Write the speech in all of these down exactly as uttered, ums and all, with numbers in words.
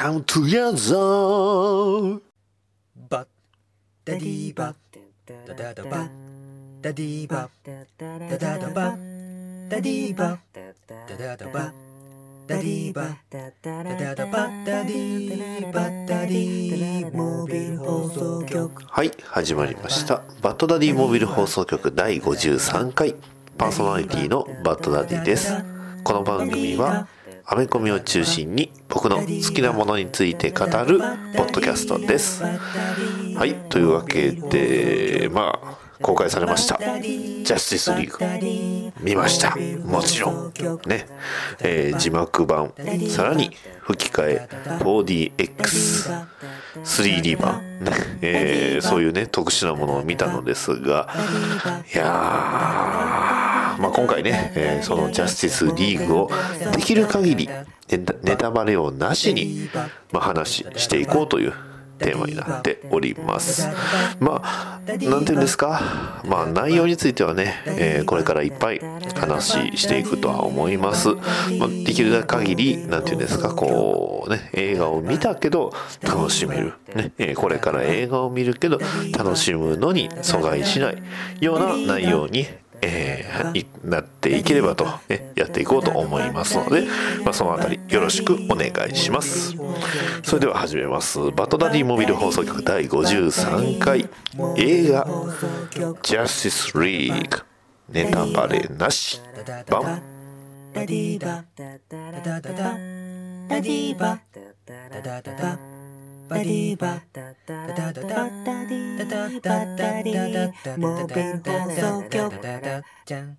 come together バッダディバッダダダバッダディバッダダダバッダディバッダダダバッダディバッダダダバッダディバッダディモビル放送局。 はい、始まりましたバッドダディモビル放送局だいごじゅうさんかい、パーソナリティのバッドダディです。この番組はアメコミを中心に僕の好きなものについて語るポッドキャストです。はい、というわけでまあ公開されましたジャスティスリーグ見ました。もちろんね、えー、字幕版、さらに吹き替え フォーディーエックス、スリーディー 版、えー、そういうね特殊なものを見たのですが、いやー、まあ、今回ね、えー、そのジャスティスリーグをできる限りネタバレをなしに、まあ、話していこうというテーマになっております。まあなんていうんですか、まあ内容についてはね、えー、これからいっぱい話していくとは思います。まあ、できる限りなんていうんですか、こうね映画を見たけど楽しめるね、えー、これから映画を見るけど楽しむのに阻害しないような内容にえー、なっていければと、ね、やっていこうと思いますので、まあ、そのあたりよろしくお願いします。それでは始めます。バッドダディモビル放送局だいごじゅうさんかい、映画ジャスティスリーグネタバレなし版。 ダディバダダダダダダディバダダダダバディバダダダダダダディダダダダダモビル放送局じゃん。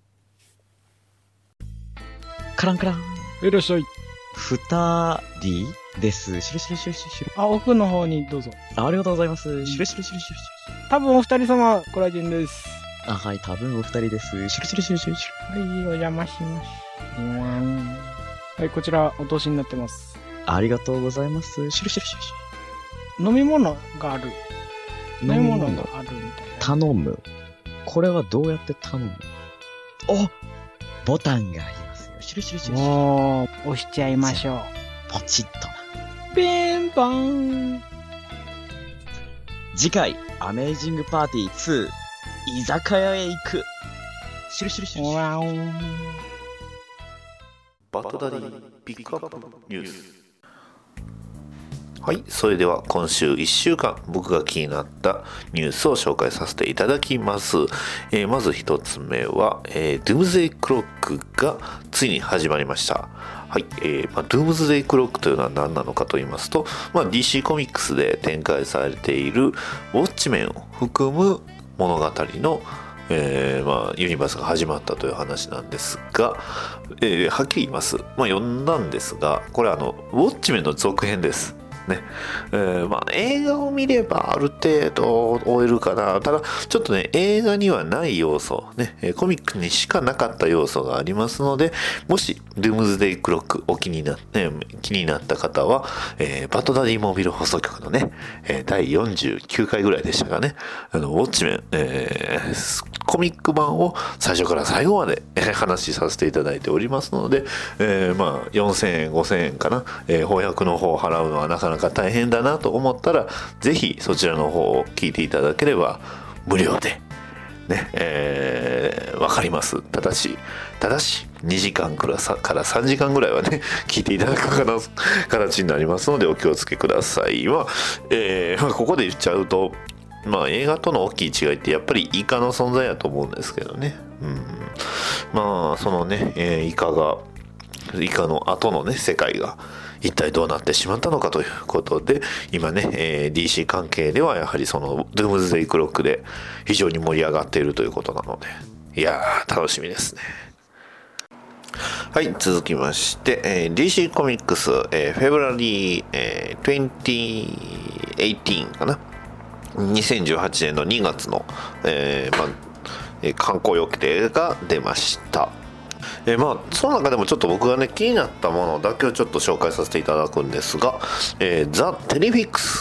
カランカラン。 いらっしゃい。 二人です。シュルシュルシュルシュルシュル。 あ、奥の方にどうぞ。 あ、ありがとうございます。シュルシュルシュルシュルシュル。 多分お二人様、コラーゲンです。 あ、はい、多分お二人です。シュルシュルシュルシュルシュル。 はい、お邪魔します。はい、こちらお通しになってます。 ありがとうございます。シュルシュルシュルシュル。 飲み物がある。飲み物があるみたいな。 頼む。これはどうやって頼む？お！ボタンがありますよ。シュルシュルシュルシュル。 おー、押しちゃいましょう。 ポチッとな。 ピンポン。 次回、アメージングパーティーツー、居酒屋へ行く。シュルシュルシュルシュル。 わおー。 バッドダディピックアップニュース。はい、それでは今週いっしゅうかん僕が気になったニュースを紹介させていただきます。えー、まず一つ目は、えー、ドゥームズデイクロックがついに始まりました。はい、えーまあ、ドゥームズデイクロックというのは何なのかと言いますと、まあ、ディーシー コミックスで展開されているウォッチメンを含む物語のえーまあ、ユニバースが始まったという話なんですが、えー、はっきり言います。まあ、読んだんですが、これはあのウォッチメンの続編です。ねえーまあ、映画を見ればある程度終えるかな。ただちょっとね映画にはない要素、ね、コミックにしかなかった要素がありますので、もしドゥームズデイクロックお気になって、ね、気になった方は、えー、バッドダディモビル放送局のね、えー、だいよんじゅうきゅうかいぐらいでしたかね、あのウォッチメン、えー、コミック版を最初から最後まで話しさせていただいておりますので、えー、まあよんせんえんごせんえんかな、えー、翻訳の方を払うのはなかなか大変だなと思ったら、ぜひそちらの方を聞いていただければ無料でね、えー、わかります。ただしただしにじかんからさんじかんぐらいはね聞いていただく形になりますのでお気をつけください。まあ、えーまあ、ここで言っちゃうと、まあ、映画との大きい違いってやっぱりイカの存在だと思うんですけどね、うん、まあそのね、えー、イカがイカの後のね世界が一体どうなってしまったのかということで、今ね、えー、ディーシー 関係ではやはりそのドゥームズデイクロックで非常に盛り上がっているということなので、いやー楽しみですね。はい、続きまして、えー、ディーシー コミックス、えー、フェブラリー、えー、にせんじゅうはちかな、にせんじゅうはちねんのにがつの、えーまあえー、観光予定が出ました。えー、まあその中でもちょっと僕がね気になったものだけをちょっと紹介させていただくんですが、えー、ザ・テレフィックス、え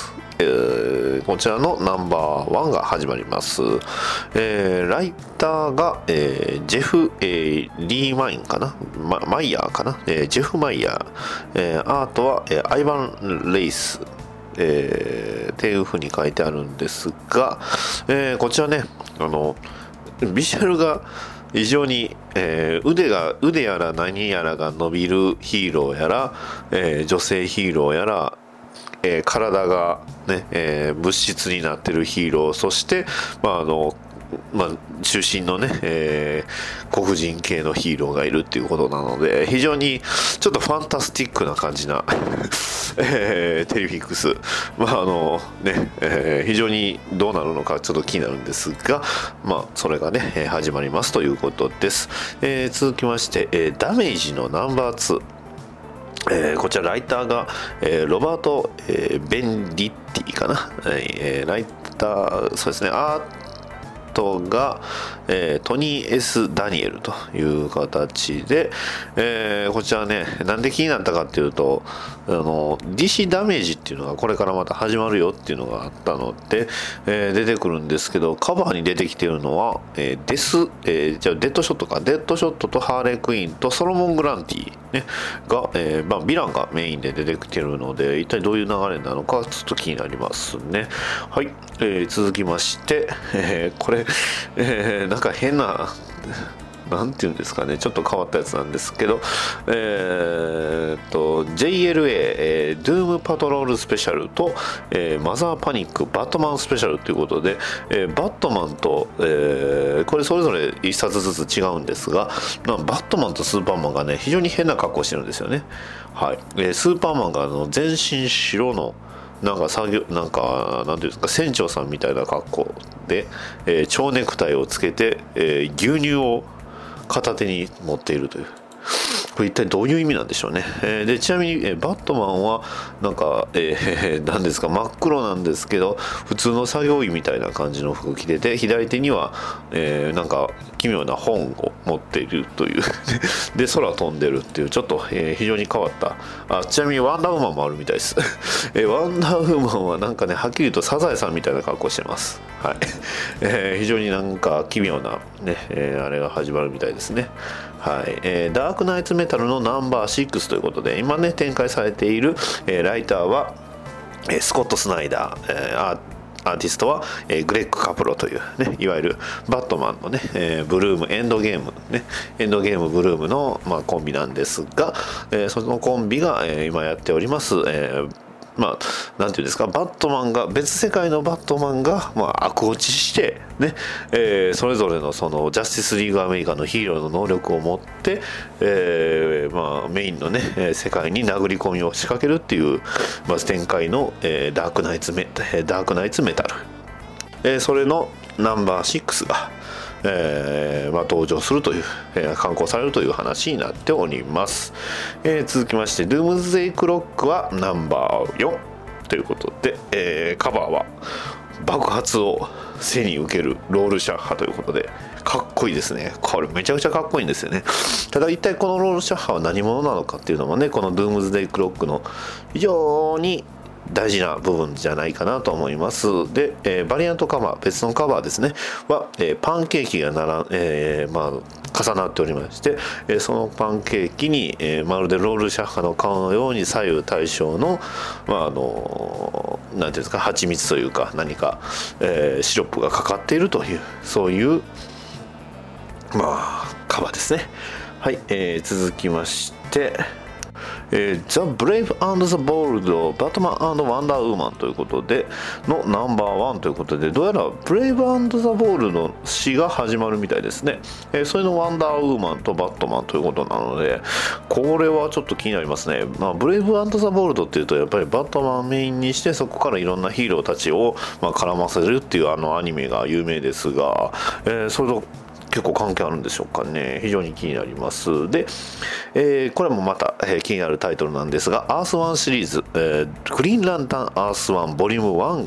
えー、こちらのナンバーワンが始まります。えー、ライターが、えー、ジェフ、えー、リーマインかな、ま、マイヤーかな、えー、ジェフ・マイヤー、えー、アートは、えー、アイバン・レイス、えー、っていう風に書いてあるんですが、えー、こちらね、あのビジュアルが非常に、えー、腕が腕やら何やらが伸びるヒーローやら、えー、女性ヒーローやら、えー、体が、ねえー、物質になってるヒーロー、そして、まああのまあ、中心のね、えー、黒人系のヒーローがいるっていうことなので、非常にちょっとファンタスティックな感じな、えー、テレフィックス、まああのねえー、非常にどうなるのかちょっと気になるんですが、まあ、それがね始まりますということです。えー、続きまして、えー、ダメージのナンバーツー、えー、こちらライターが、えー、ロバート、えー、ベンディッティかな、えー、ライターそうですねアートが、えー、トニー S ダニエルという形で、えー、こちらねなんで気になったかっていうと、あの ディーシー ダメージっていうのがこれからまた始まるよっていうのがあったので、えー、出てくるんですけど、カバーに出てきているのは、えー、デス、えー、じゃあデッドショットかデッドショットとハーレークイーンとソロモン・グランティ、ね、が、えーまあ、ヴィランがメインで出てきているので、一体どういう流れなのかちょっと気になりますね。はい、えー、続きまして、えー、これ、えー、なんか変ななんていうんですかね、ちょっと変わったやつなんですけど、えー、っと ジェイエルエー、えー、ドゥームパトロールスペシャルと、えー、マザーパニックバットマンスペシャルということで、えー、バットマンと、えー、これそれぞれいっさつずつ違うんですが、まあ、バットマンとスーパーマンがね非常に変な格好をしてるんですよね。はい、えー、スーパーマンがあの全身白のなんか作業なんかなんていうんですか、船長さんみたいな格好で、えー、蝶ネクタイをつけて、えー、牛乳を片手に持っているという、これ一体どういう意味なんでしょうね。えー、でちなみに、えー、バットマンはなんか、えー、なんですか真っ黒なんですけど普通の作業着みたいな感じの服着てて、左手には、えー、なんか奇妙な本を持っているというで空飛んでるっていうちょっと、えー、非常に変わった。あちなみにワンダーウーマンもあるみたいです、えー、ワンダーウーマンはなんかねはっきり言うとサザエさんみたいな格好してます。はい、えー、非常になんか奇妙なね、えー、あれが始まるみたいですね。はい、えー、ダークナイツメタルのナンバーシックスということで、今ね展開されている、えー、ライターは、えー、スコット・スナイダー、えー、アーアーティストは、えー、グレッグ・カプロという、ね、いわゆるバットマンのね、えー、ブルームエンドゲーム、ね、エンドゲームブルームの、まあ、コンビなんですが、えー、そのコンビが、えー、今やっております、えーまあ、なんていうんですか、バットマンが別世界のバットマンが、まあ、悪落ちしてね、えー、それぞれのそのジャスティスリーグアメリカのヒーローの能力を持って、えーまあ、メインのね世界に殴り込みを仕掛けるっていう、まあ、展開の、えー、ダークナイツメダークナイツメタル、えー、それのナンバーシックスがえーまあ、登場するという、えー、刊行されるという話になっております。えー、続きましてドゥームズデイクロックはナンバーよんということで、えー、カバーは爆発を背に受けるロールシャッハということでかっこいいですね。これめちゃくちゃかっこいいんですよね。ただ一体このロールシャッハは何者なのかっていうのもね、このドゥームズデイクロックの非常に大事な部分じゃないかなと思います。で、えー、バリアントカバー、別のカバーですねは、えー、パンケーキがなら、えーまあ、重なっておりまして、えー、そのパンケーキに、えー、まるでロールシャッハの顔のように左右対称の、まああのー、なんていうんですか、蜂蜜というか何か、えー、シロップがかかっているという、そういうまあカバーですね。はい、えー、続きましてえー、The Brave and the Bold Batman and Wonder Woman ということでのナンバーワンということで、どうやら Brave and the Bold の詩が始まるみたいですね。えー、それのワンダーウーマンとバットマンということなので、これはちょっと気になりますね。まあ、Brave and the Bold っていうとやっぱりバットマンをメインにして、そこからいろんなヒーローたちを、まあ、絡ませるっていうあのアニメが有名ですが、えー、それと結構関係あるんでしょうかね。非常に気になります。で、えー、これもまた、えー、気になるタイトルなんですが、アースワンシリーズ、えー、グリーンランタンアースワンボリュームワンが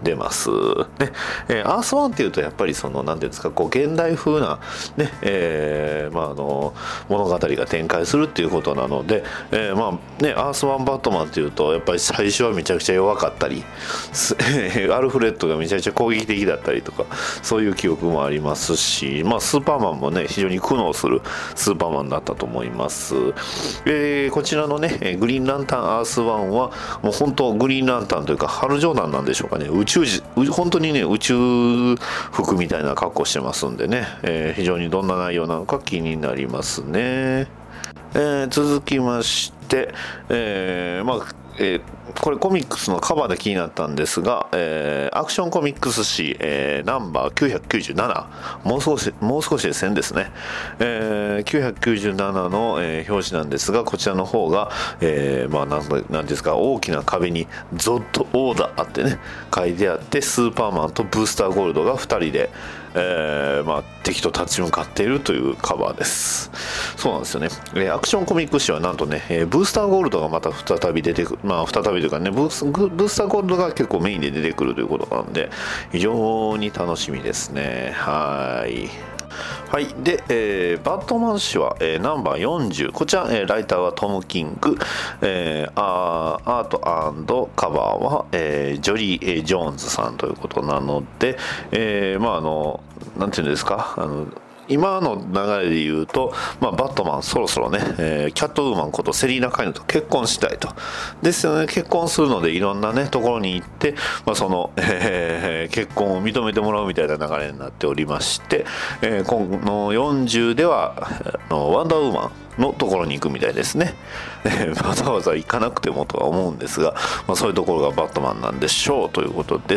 出ます。ねえー、アースワンっていうとやっぱりその何ていうんですか、こう現代風な、ねえーまあ、あの物語が展開するっていうことなので、えーまあね、アースワンバットマンっていうとやっぱり最初はめちゃくちゃ弱かったりアルフレッドがめちゃくちゃ攻撃的だったりとか、そういう記憶もありますし、まあ、スーパーマンもね非常に苦悩するスーパーマンだったと思います。えー、こちらのねグリーンランタンアースワンはもう本当グリーンランタンというかハルジョーダンなんでしょうかね、宇宙人本当にね宇宙服みたいな格好してますんでね、えー、非常にどんな内容なのか気になりますね。えー、続きまして、えー、まあえー、これコミックスのカバーで気になったんですが、えー、アクションコミックス誌、えー、ナンバーきゅうひゃくきゅうじゅうなな、もう少しもう少しでせんですね、えー、きゅうひゃくきゅうじゅうななの、えー、表紙なんですが、こちらの方が、えー、まあなんなんですか、大きな壁にゾッドオーダーってね書いてあって、スーパーマンとブースターゴールドがふたりで、えーまあ、敵と立ち向かっているというカバーです。そうなんですよね、えー、アクションコミック誌はなんとね、えー、ブースターゴールドがまた再び出てくる、まあ再びというかね、ブース、ブースターゴールドが結構メインで出てくるということなんで、非常に楽しみですね。はい。はい。で、えー、バットマン誌は、えー、ナンバーよんじゅう。こちら、えー、ライターはトム・キング、えー、アー、アート&カバーは、えー、ジョリー・えー、ジョーンズさんということなので、えー、まああの、なんていうんですか、あの、今の流れで言うと、まあ、バットマンそろそろね、えー、キャットウーマンことセリーナ・カイヌと結婚したいと。ですよね、結婚するのでいろんなねところに行って、まあ、その、えー、結婚を認めてもらうみたいな流れになっておりまして、えー、このよんじゅうではあのワンダーウーマンのところに行くみたいですね。わざわざ行かなくてもとは思うんですが、まあ、そういうところがバットマンなんでしょうということです。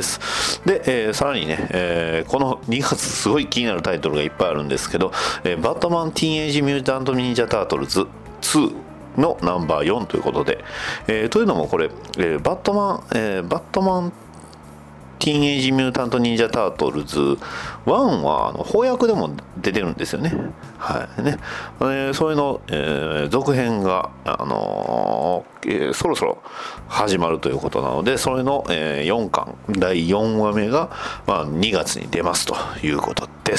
で、えー、さらにね、えー、このにがつすごい気になるタイトルがいっぱいあるんですけど、えー、バットマンティーンエイジミュータントニンジャタートルズツーのナンバーよんということで、えー、というのもこれ、えー、バットマン、えー、バットマンティーンエイジミュータントニンジャタートルズワンはあの翻訳でも出てるんですよね。はいね。えー、そういうの、えー、続編が、あのーえー、そろそろ始まるということなので、それの、えー、よんかんだいよんわめが、まあ、にがつに出ますということです。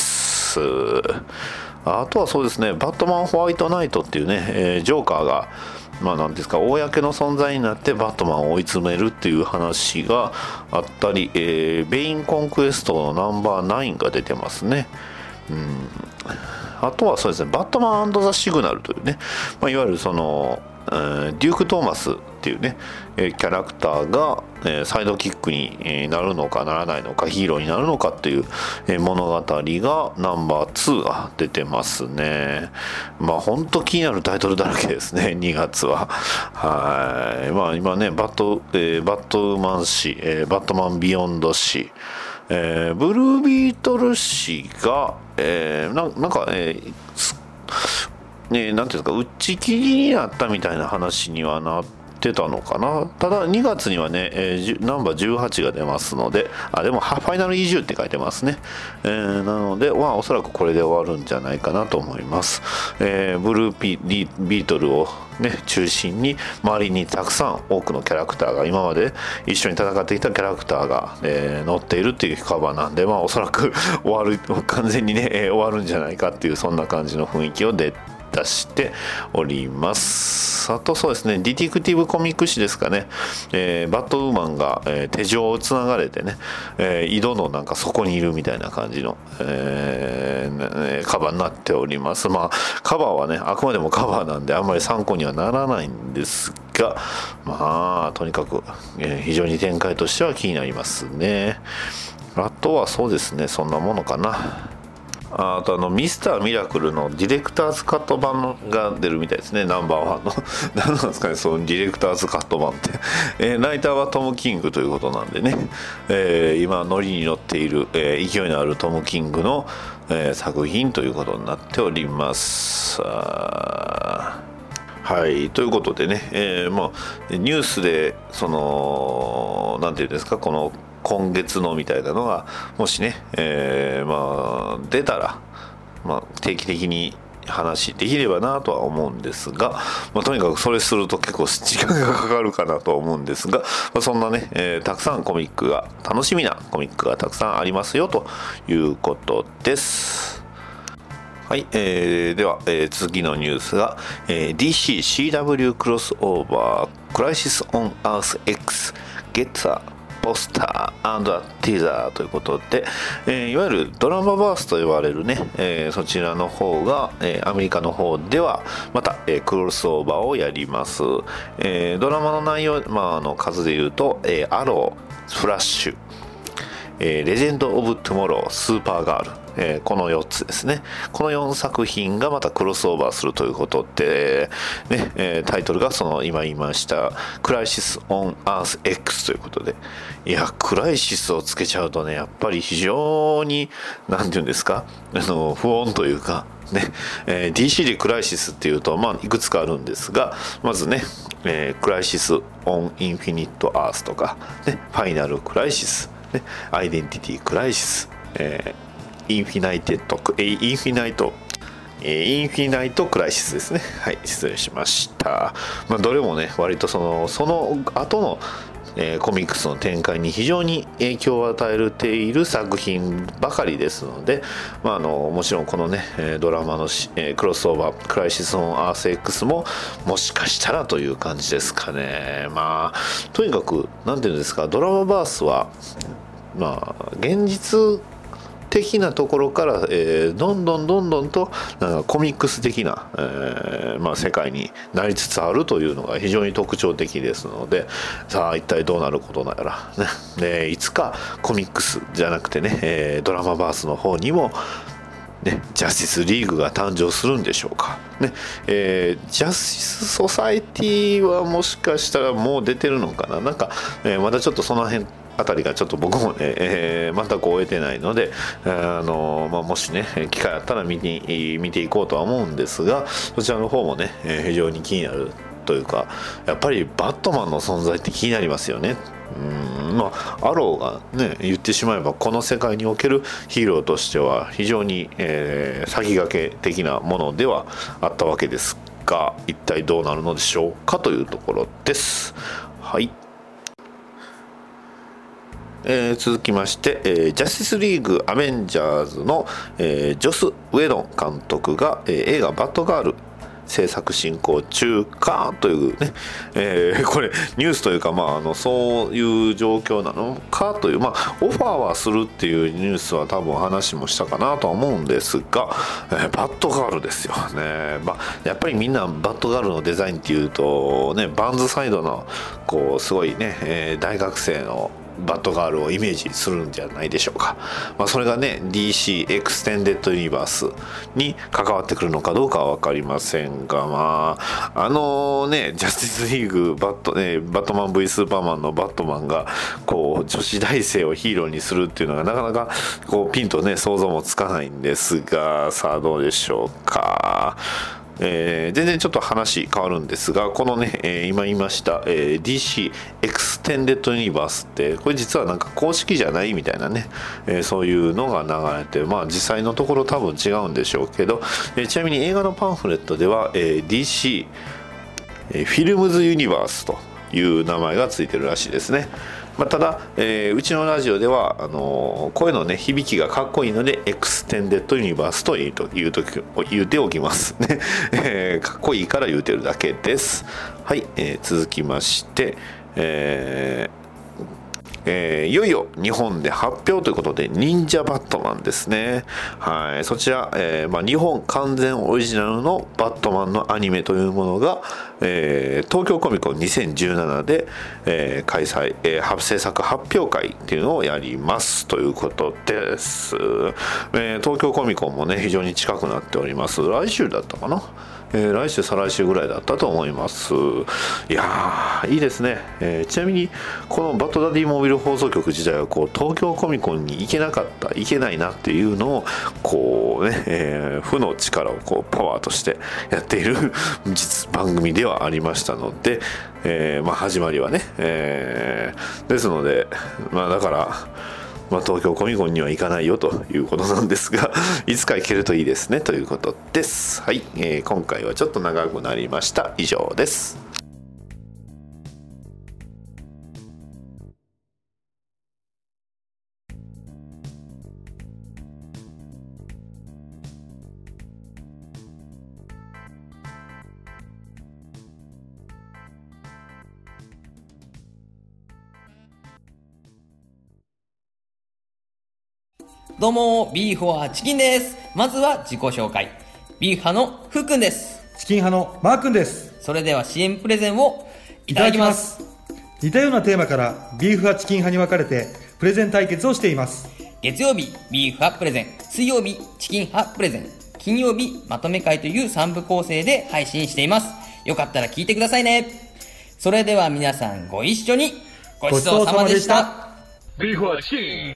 あとはそうですね、バットマンホワイトナイトっていうね、えー、ジョーカーがまあなんですか、公の存在になってバットマンを追い詰めるっていう話があったり、えー、ベインコンクエストのナンバーナインが出てますね。うん、あとはそうですね、バットマン&ザ・シグナルというね、まあ、いわゆるその、えー、デューク・トーマスっていうね、えー、キャラクターが、えー、サイドキックになるのかならないのか、ヒーローになるのかっていう、えー、物語がナンバーツーが出てますね。まあ本当気になるタイトルだらけですね、にがつは。はい。まあ今ね、バット、えー、バットマン誌、えー、バットマンビヨンド誌、えー、ブルービートル誌が、えー、な, なんか、えーね、なんていうんですか、打ち切りになったみたいな話にはなってたのかな。ただにがつにはね、えー、ナンバーじゅうはちが出ますので、あでもファイナル移住って書いてますね。えー、なので、まあ、おそらくこれで終わるんじゃないかなと思います。えー、ブルーピービートルをね、中心に周りにたくさん多くのキャラクターが、今まで一緒に戦ってきたキャラクターが、えー、乗っているっていうカバーなんで、まあ、おそらく終わる完全にね、えー、終わるんじゃないかっていう、そんな感じの雰囲気を出出しております。あとそうですね、ディティクティブコミック誌ですかね、えー、バットウーマンが、えー、手錠をつながれてね、えー、井戸のなんか底にいるみたいな感じの、えー、カバーになっております。まあカバーはね、あくまでもカバーなんであんまり参考にはならないんですが、まあとにかく、えー、非常に展開としては気になりますね。あとはそうですね、そんなものかな。あとあのミスターミラクルのディレクターズカット版が出るみたいですね、ナンバーワンの何なんですかね、そのディレクターズカット版って、えー、ライターはトム・キングということなんでね、えー、今ノリに乗っている、えー、勢いのあるトム・キングの、えー、作品ということになっております。はい、ということでね、えー、まあニュースでそのなんていうんですか、この今月のみたいなのがもしね、えー、まあ出たら、まあ、定期的に、 話できればなとは思うんですが、まあ、とにかくそれすると結構時間がかかるかなと思うんですが、まあ、そんなね、えー、たくさんコミックが楽しみなコミックがたくさんありますよということです。はい、えー、では、えー、次のニュースが、えー、ディーシー シーダブリュー クロスオーバークライシスオンアース X ゲッツァポスター&ティザーということで、えー、いわゆるドラマバースと呼ばれるね、えー、そちらの方が、えー、アメリカの方ではまた、えー、クロスオーバーをやります。えー、ドラマの内容、まあ、あの数で言うと、えー、アロー、フラッシュ、えー、レジェンド・オブ・トゥモロー、スーパーガール、えー、このよっつですね。このよんさく品がまたクロスオーバーするということで、ねえー、タイトルがその今言いましたクライシス・オン・アース X ということで、いやクライシスをつけちゃうとね、やっぱり非常になんていうんですか、あの不穏というかね、えー、ディーシー でクライシスっていうと、まあ、いくつかあるんですが、まずね、えー、クライシス・オン・インフィニット・アースとか、ね、ファイナル・クライシス、ね、アイデンティティ・クライシス、えーインフィナイテッド、インフィナイト、インフィナイトクライシスですね。はい、失礼しました。まあ、どれもね、割とその、その後の、えー、コミックスの展開に非常に影響を与えている作品ばかりですので、まあ、あのもちろんこのね、ドラマの、えー、クロスオーバー、クライシスオンアース X ももしかしたらという感じですかね。まあ、とにかく、なんていうんですか、ドラマバースは、まあ、現実、的なところから、えー、どんどんどんどんとなんかコミックス的な、えーまあ、世界になりつつあるというのが非常に特徴的ですので、さあ一体どうなることなやら、ね、でいつかコミックスじゃなくてね、えー、ドラマバースの方にもね、ジャスティスリーグが誕生するんでしょうか、ねえー、ジャスティスソサイティはもしかしたらもう出てるのかな、なんか、えー、まだちょっとその辺あたりがちょっと僕もね、えー、全く終えてないので、あのまあ、もしね機会あったら見に見ていこうとは思うんですが、そちらの方もね、えー、非常に気になるというか、やっぱりバットマンの存在って気になりますよね。うんまあ、アローがね言ってしまえばこの世界におけるヒーローとしては非常に、えー、先駆け的なものではあったわけですが、一体どうなるのでしょうかというところです。はい、えー、続きまして、えー、ジャスティスリーグアベンジャーズの、えー、ジョス・ウェドン監督が、えー、映画バッドガール制作進行中かというね、えー、これニュースというか、まあ、あのそういう状況なのかという、まあ、オファーはするっていうニュースは多分話もしたかなとは思うんですが、えー、バッドガールですよね。まあ、やっぱりみんなバッドガールのデザインっていうと、ね、バンズサイドのこうすごいね、えー、大学生のバッドガールをイメージするんじゃないでしょうか。まあ、それがね ディーシー エクステンデッドユニバースに関わってくるのかどうかは分かりませんが、まああのねジャスティスリーグバット、ね、バットマン ブイ スーパーマンのバットマンがこう女子大生をヒーローにするっていうのがなかなかこうピンとね想像もつかないんですが、さあどうでしょうか。えー、全然ちょっと話変わるんですが、このね、えー、今言いました、えー、ディーシー エクステンデッドユニバースってこれ実はなんか公式じゃないみたいなね、えー、そういうのが流れて、まあ実際のところ多分違うんでしょうけど、えー、ちなみに映画のパンフレットでは、えー、ディーシー フィルムズユニバースという名前がついてるらしいですね。まあ、ただ、えー、うちのラジオではあのー、声のね響きがかっこいいのでエクステンデッドユニバースと言うと言うと言うておきますね、えー、かっこいいから言うてるだけです。はい、えー、続きまして、えーえー、いよいよ日本で発表ということで忍者バットマンですね。はい、そちら、えーまあ、日本完全オリジナルのバットマンのアニメというものが、えー、東京コミコンにせんじゅうななで、えー、開催、えー、制作発表会っていうのをやりますということです。えー、東京コミコンもね非常に近くなっております。来週だったかな、えー、来週再来週ぐらいだったと思います。いやーいいですね。えー、ちなみにこのバッドダディモビル放送局自体はこう東京コミコンに行けなかった行けないなっていうのをこうね、えー、負の力をこうパワーとしてやっている実番組ではありましたので、えー、まあ始まりはね、えー、ですのでまあだからまあ、東京コミコンには行かないよということなんですがいつか行けるといいですねということです。はい、えー、今回はちょっと長くなりました。以上です。 どうも、ビーフォアチキンです。まずは自己紹介。ビーフ派のふうくんです。 チキン派のマー君です。 それでは シーエム プレゼンをいただきます。 似たようなテーマからビーフ派チキン派に分かれてプレゼン対決をしています。 月曜日ビーフ派プレゼン、水曜日チキン派プレゼン、金曜日まとめ会というさん部構成で配信しています。よかったら聞いてくださいね。それでは皆さんご一緒に。ごちそうさまでした。 ビーフ派チキン。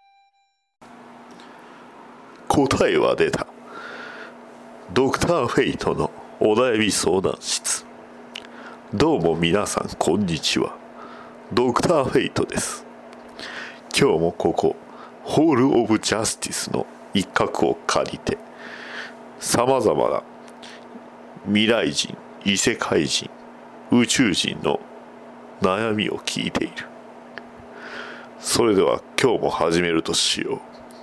答えは出た。ドクターフェイトのお悩み相談室。どうも皆さんこんにちは。ドクターフェイトです。今日もここホールオブジャスティスの一角を借りて、さまざまな未来人、異世界人、宇宙人の悩みを聞いている。それでは今日も始めるとしよう。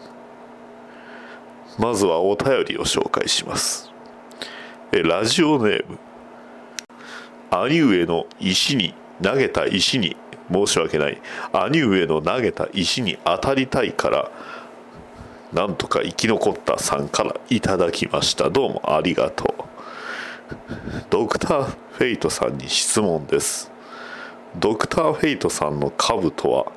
まずはお便りを紹介します。えラジオネーム、兄上の石に投げた石に申し訳ない、兄上の投げた石に当たりたいからなんとか生き残ったさんからいただきました。どうもありがとう。ドクターフェイトさんに質問です。ドクターフェイトさんの兜は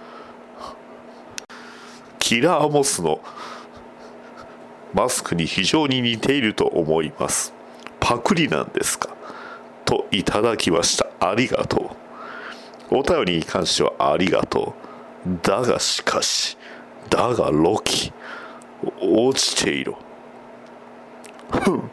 キラーモスのマスクに非常に似ていると思います。パクリなんですかといただきました。ありがとう。お便りに関してはありがとう。だがしかし、だがロキ、落ちていろ。ふん。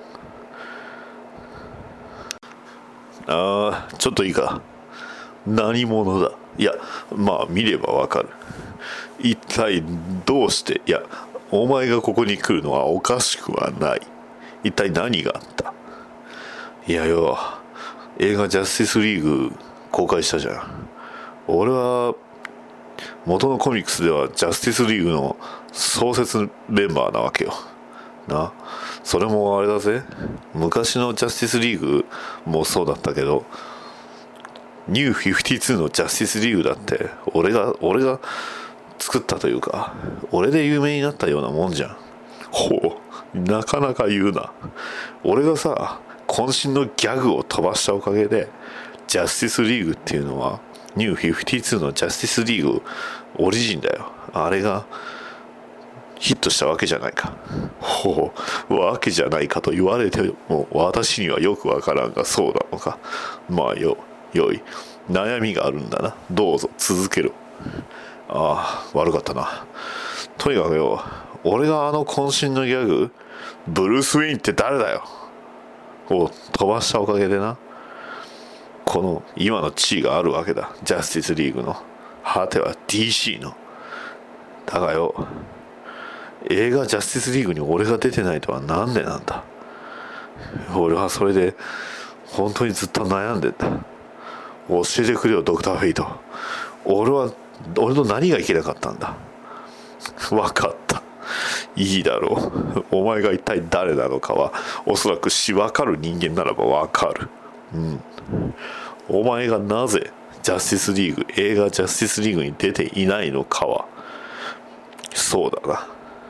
ああ、ちょっといいか。何者だ。いや、まあ見ればわかる。一体どうして、いや、お前がここに来るのはおかしくはない。一体何があった。いやよ、映画ジャスティスリーグ公開したじゃん。俺は元のコミックスではジャスティスリーグの創設メンバーなわけよな。それもあれだぜ、昔のジャスティスリーグもそうだったけど、ニューフィフティーツーのジャスティスリーグだって俺が俺が作ったというか、俺で有名になったようなもんじゃん。ほう、なかなか言うな。俺がさ、渾身のギャグを飛ばしたおかげでジャスティスリーグっていうのはニューフィフティーツーのジャスティスリーグオリジンだよ。あれがヒットしたわけじゃないか。ほう、わけじゃないかと言われても私にはよくわからんが、そうなのか。まあよよい、悩みがあるんだな。どうぞ続けろ。ああ、悪かったな。とにかくよ、俺があの渾身のギャグ、ブルース・ウェインって誰だよを飛ばしたおかげでな、この今の地位があるわけだ。ジャスティスリーグの果ては ディーシー の。だがよ、映画ジャスティスリーグに俺が出てないとはなんでなんだ。俺はそれで本当にずっと悩んでんだ。教えてくれよドクターフェイト。俺は俺の何がいけなかったんだ。わかった、いいだろう。お前が一体誰なのかはおそらくしわかる人間ならばわかる。うん。お前がなぜジャスティスリーグ、映画ジャスティスリーグに出ていないのかは、そうだな。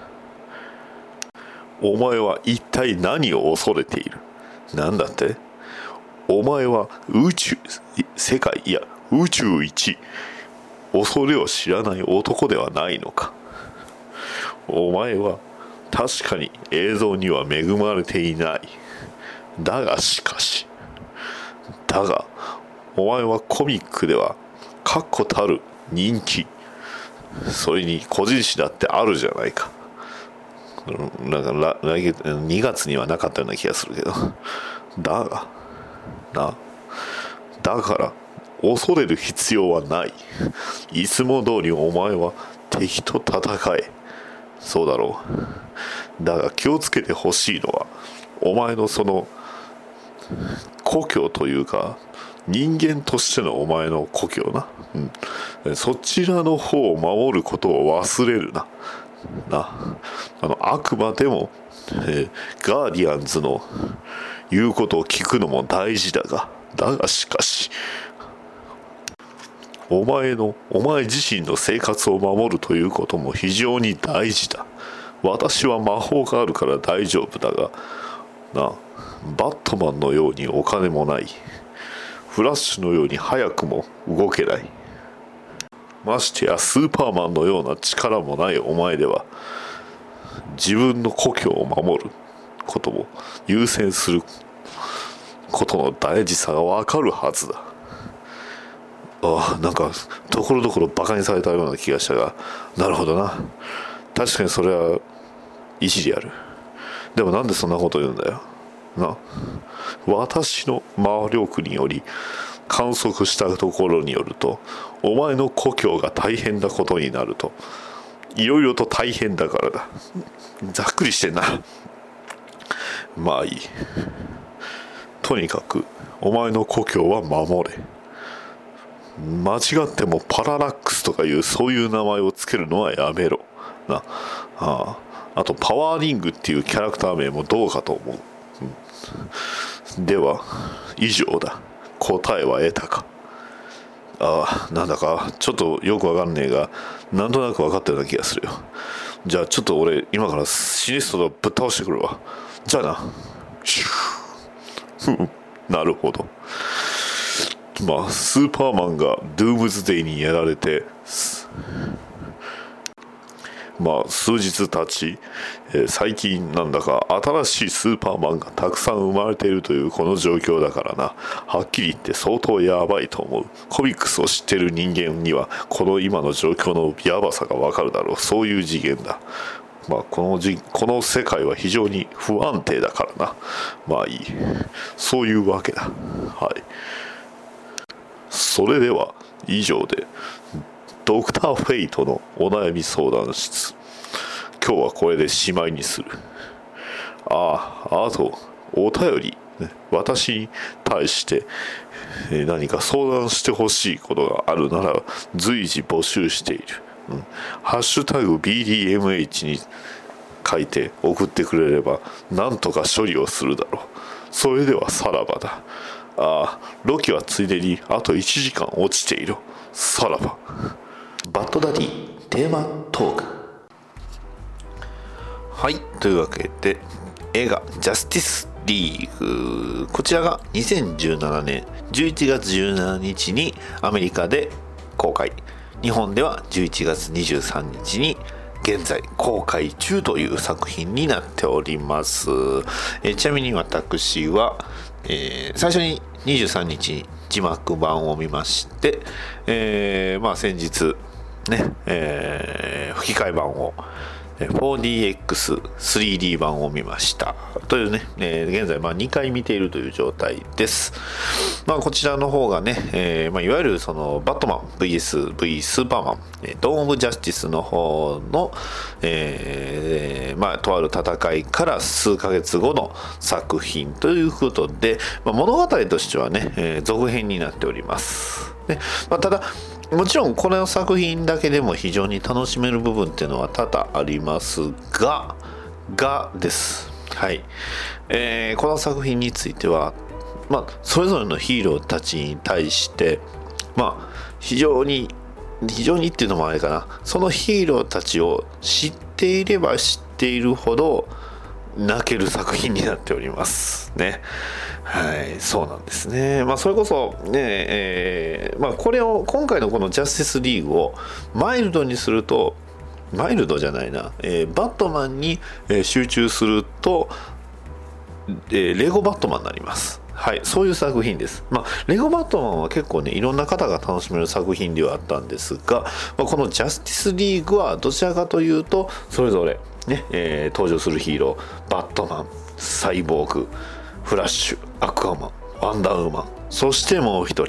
お前は一体何を恐れている。なんだって。お前は宇宙、世界、いや宇宙一恐れを知らない男ではないのか。お前は確かに映像には恵まれていない。だがしかし、だがお前はコミックでは確固たる人気、それに個人誌だってあるじゃないか。なんか来月にがつにはなかったような気がするけど、だがな、だから恐れる必要はない。いつも通りお前は敵と戦え。そうだろう。だが気をつけてほしいのは、お前のその故郷というか、人間としてのお前の故郷な、うん、そちらの方を守ることを忘れるな。なあのあくまでも、えー、ガーディアンズの言うことを聞くのも大事だが、だがしかし、お前のお前自身の生活を守るということも非常に大事だ。私は魔法があるから大丈夫だがな、バットマンのようにお金もない、フラッシュのように早くも動けない、ましてやスーパーマンのような力もないお前では、自分の故郷を守ることを優先することの大事さがわかるはずだ。ああ、なんかところどころバカにされたような気がしたが、なるほどな、確かにそれは一理ある。でもなんでそんなこと言うんだよな。私の魔力により観測したところによると、お前の故郷が大変なことになると、いろいろと大変だからだ。ざっくりしてんな。まあいい。とにかくお前の故郷は守れ。間違ってもパララックスとかいうそういう名前をつけるのはやめろな。ああ、あとパワーリングっていうキャラクター名もどうかと思う、うん、では以上だ。答えは得たか。ああ、なんだかちょっとよくわかんねえが、なんとなく分かったような気がするよ。じゃあちょっと俺今からシニストとぶっ倒してくるわ。じゃあな。シューなるほど。まあスーパーマンがドゥームズデイにやられて、まあ数日経ち、えー、最近なんだか新しいスーパーマンがたくさん生まれているというこの状況だからな、はっきり言って相当やばいと思う。コミックスを知ってる人間にはこの今の状況のやばさがわかるだろう。そういう次元だ。まあこのじこの世界は非常に不安定だからな。まあいい、そういうわけだ。はい、それでは以上でドクターフェイトのお悩み相談室、今日はこれでしまいにする。ああ、あとお便り、ね、私に対して何か相談してほしいことがあるなら随時募集している、うん、ハッシュタグ ビーディーエムエイチ に書いて送ってくれればなんとか処理をするだろう。それではさらばだ。ああ、ロキはついでにあといちじかん落ちている。さらば。バッドダディテーマトーク。はい、というわけで映画ジャスティスリーグ、こちらがにせんじゅうななねんじゅういちがつじゅうしちにちにアメリカで公開、日本ではじゅういちがつにじゅうさんにちに現在公開中という作品になっております。えちなみに私は、えー、最初ににじゅうさんにちに字幕版を見まして、えー、まあ先日ね、えー、吹き替え版を フォーディーエックススリーディー 版を見ましたというね、えー、現在まあにかい見ているという状態です。まあこちらの方がね、えーまあ、いわゆるそのバットマン ブイエス V スーパーマン、ドーン・オブ・ジャスティスの方の、えー、まあとある戦いから数ヶ月後の作品ということで、まあ、物語としてはね、えー、続編になっておりますね。まあ、ただもちろんこの作品だけでも非常に楽しめる部分っていうのは多々ありますががですはい、えー、この作品については、まあ、それぞれのヒーローたちに対してまあ非常に非常にっていうのもあれかな、そのヒーローたちを知っていれば知っているほど泣ける作品になっておりますね。はい、そうなんですね。まあそれこそね、えー、まあこれを今回のこのジャスティスリーグをマイルドにすると、マイルドじゃないな、えー、バットマンに集中すると、えー、レゴバットマンになります。はい、そういう作品です。まあ、レゴバットマンは結構ねいろんな方が楽しめる作品ではあったんですが、まあ、このジャスティスリーグはどちらかというとそれぞれね、えー、登場するヒーロー、バットマン、サイボーグ、フラッシュ、アクアマン、ワンダーウーマン、そしてもう一人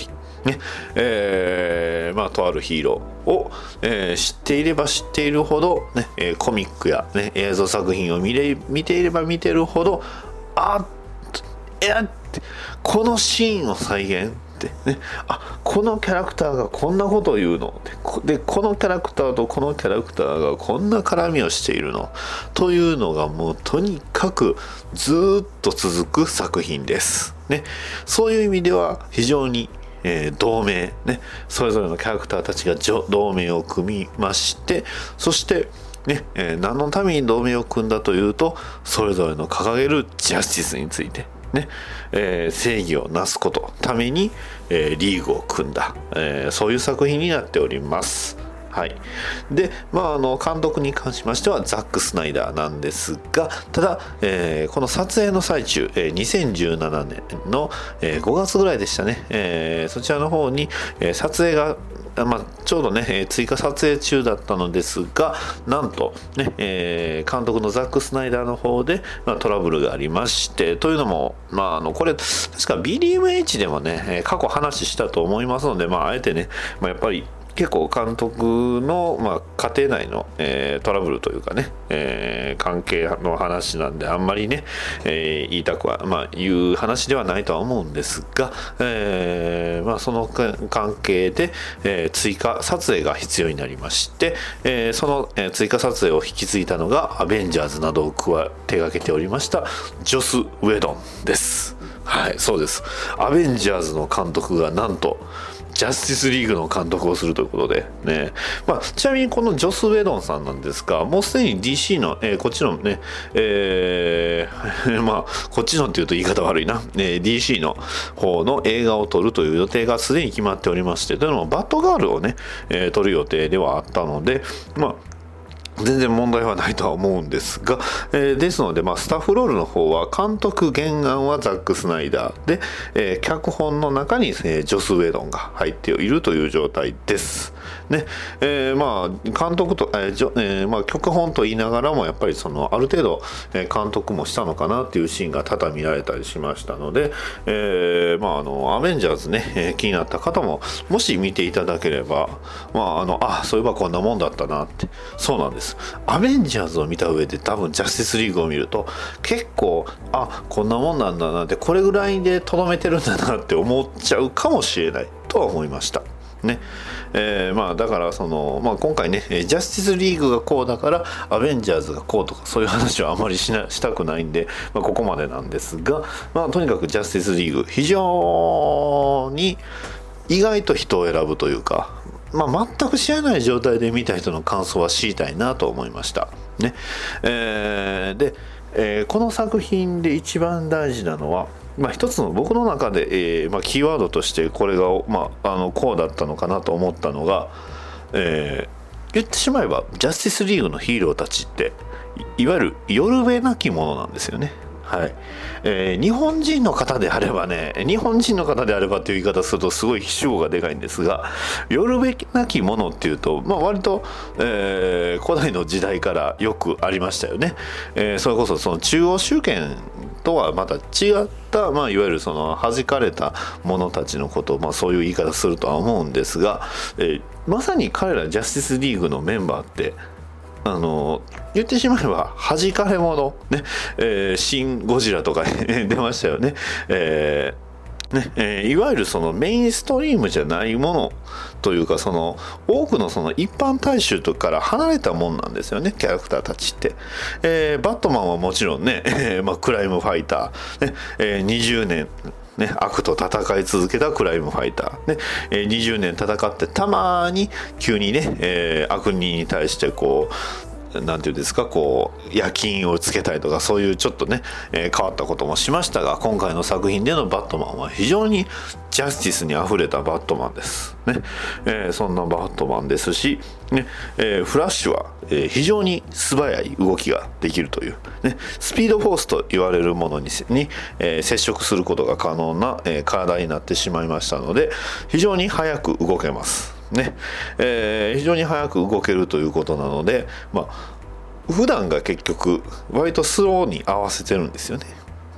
ねえーまあ、とあるヒーローを、えー、知っていれば知っているほど、ねえー、コミックや、ね、映像作品を見れ見ていれば見ているほど、あえー、このシーンを再現ってね、あこのキャラクターがこんなことを言うので、このキャラクターとこのキャラクターがこんな絡みをしているのというのがもうとにかくずっと続く作品です、ね、そういう意味では非常にえー、同盟、ね、それぞれのキャラクターたちが同盟を組みまして、そしてねえー、何のために同盟を組んだというと、それぞれの掲げるジャスティスについて、ねえー、正義をなすことために、えー、リーグを組んだ、えー、そういう作品になっております。はい、で、まあ、あの監督に関しましてはザック・スナイダーなんですが、ただ、えー、この撮影の最中、えー、にせんじゅうななねんの、えー、ごがつぐらいでしたね、えー、そちらの方に、えー、撮影がまあ、ちょうどね追加撮影中だったのですが、なんと、ねえー、監督のザック・スナイダーの方で、まあ、トラブルがありまして、というのも、まあ、あのこれ確か ビーディーエムエイチ でもね過去話したと思いますので、まあ、あえてね、まあ、やっぱり結構監督の、まあ、家庭内の、えー、トラブルというかね、えー、関係の話なんであんまりね、えー、言いたくは、まあ、言う話ではないとは思うんですが、えーまあ、その関係で、えー、追加撮影が必要になりまして、えー、その、えー、追加撮影を引き継いだのがアベンジャーズなどを加手掛けておりましたジョス・ウェドンです。はい、そうです。アベンジャーズの監督がなんとジャスティスリーグの監督をするということでね、まあ、ちなみにこのジョス・ウェドンさんなんですが、もうすでに ディーシー の、えー、こっちのね、えー、まあこっちのっていうと言い方悪いな、えー、ディーシー の方の映画を撮るという予定がすでに決まっておりまして、というのもバットガールをね、えー、撮る予定ではあったので、まあ全然問題はないとは思うんですが、えー、ですので、まあ、スタッフロールの方は監督原案はザック・スナイダーで、えー、脚本の中に、えー、ジョス・ウェドンが入っているという状態です。ねえー、まあ監督と、えーじょえーまあ、脚本と言いながらもやっぱりそのある程度、えー、監督もしたのかなっていうシーンが多々見られたりしましたので、えーまあ、あのアベンジャーズね、えー、気になった方ももし見ていただければ、まあ、あのあそういえばこんなもんだったなって、そうなんです。アベンジャーズを見た上で多分ジャスティスリーグを見ると結構あこんなもんなんだなって、これぐらいでとどめてるんだなって思っちゃうかもしれないとは思いましたね。えー、まあだからその、まあ、今回ねジャスティスリーグがこうだからアベンジャーズがこうとかそういう話はあまりしなしたくないんで、まあ、ここまでなんですが、まあ、とにかくジャスティスリーグ非常に意外と人を選ぶというか、まあ、全く知らない状態で見た人の感想は知りたいなと思いましたね。えー、で、えー、この作品で一番大事なのは、まあ、一つの僕の中で、えーまあ、キーワードとしてこれが、まあ、あのこうだったのかなと思ったのが、えー、言ってしまえばジャスティスリーグのヒーローたちってい, いわゆるよるべなきものなんですよね。はいえー、日本人の方であればね日本人の方であればという言い方するとすごい主語がでかいんですが、よるべなきものっていうと、まあ、割と、えー、古代の時代からよくありましたよね。えー、それこそその中央集権とはまた違った、まあ、いわゆるその弾かれた者たちのことを、まあ、そういう言い方するとは思うんですが、えー、まさに彼らジャスティスリーグのメンバーってあの言ってしまえば弾かれ者、ねえー、シン・ゴジラとか出ましたよね。えーねえー、いわゆるそのメインストリームじゃないものというか、その多くのその一般大衆から離れたもんなんですよね、キャラクターたちって。えー、バットマンはもちろんね、えーまあ、クライムファイター、ねえー、にじゅうねんね、悪と戦い続けたクライムファイター、ねえー、にじゅうねん戦ってたまに急にね、えー、悪人に対してこうなんていうんですか、こう夜勤をつけたりとか、そういうちょっとね、えー、変わったこともしましたが、今回の作品でのバットマンは非常にジャスティスにあふれたバットマンですね。えー、そんなバットマンですし、ねえー、フラッシュは、えー、非常に素早い動きができるという、ね、スピードフォースと言われるものに、に、えー、接触することが可能な、えー、体になってしまいましたので、非常に速く動けますね。えー、非常に速く動けるということなので、まあ、普段が結局割とスローに合わせてるんですよね。うん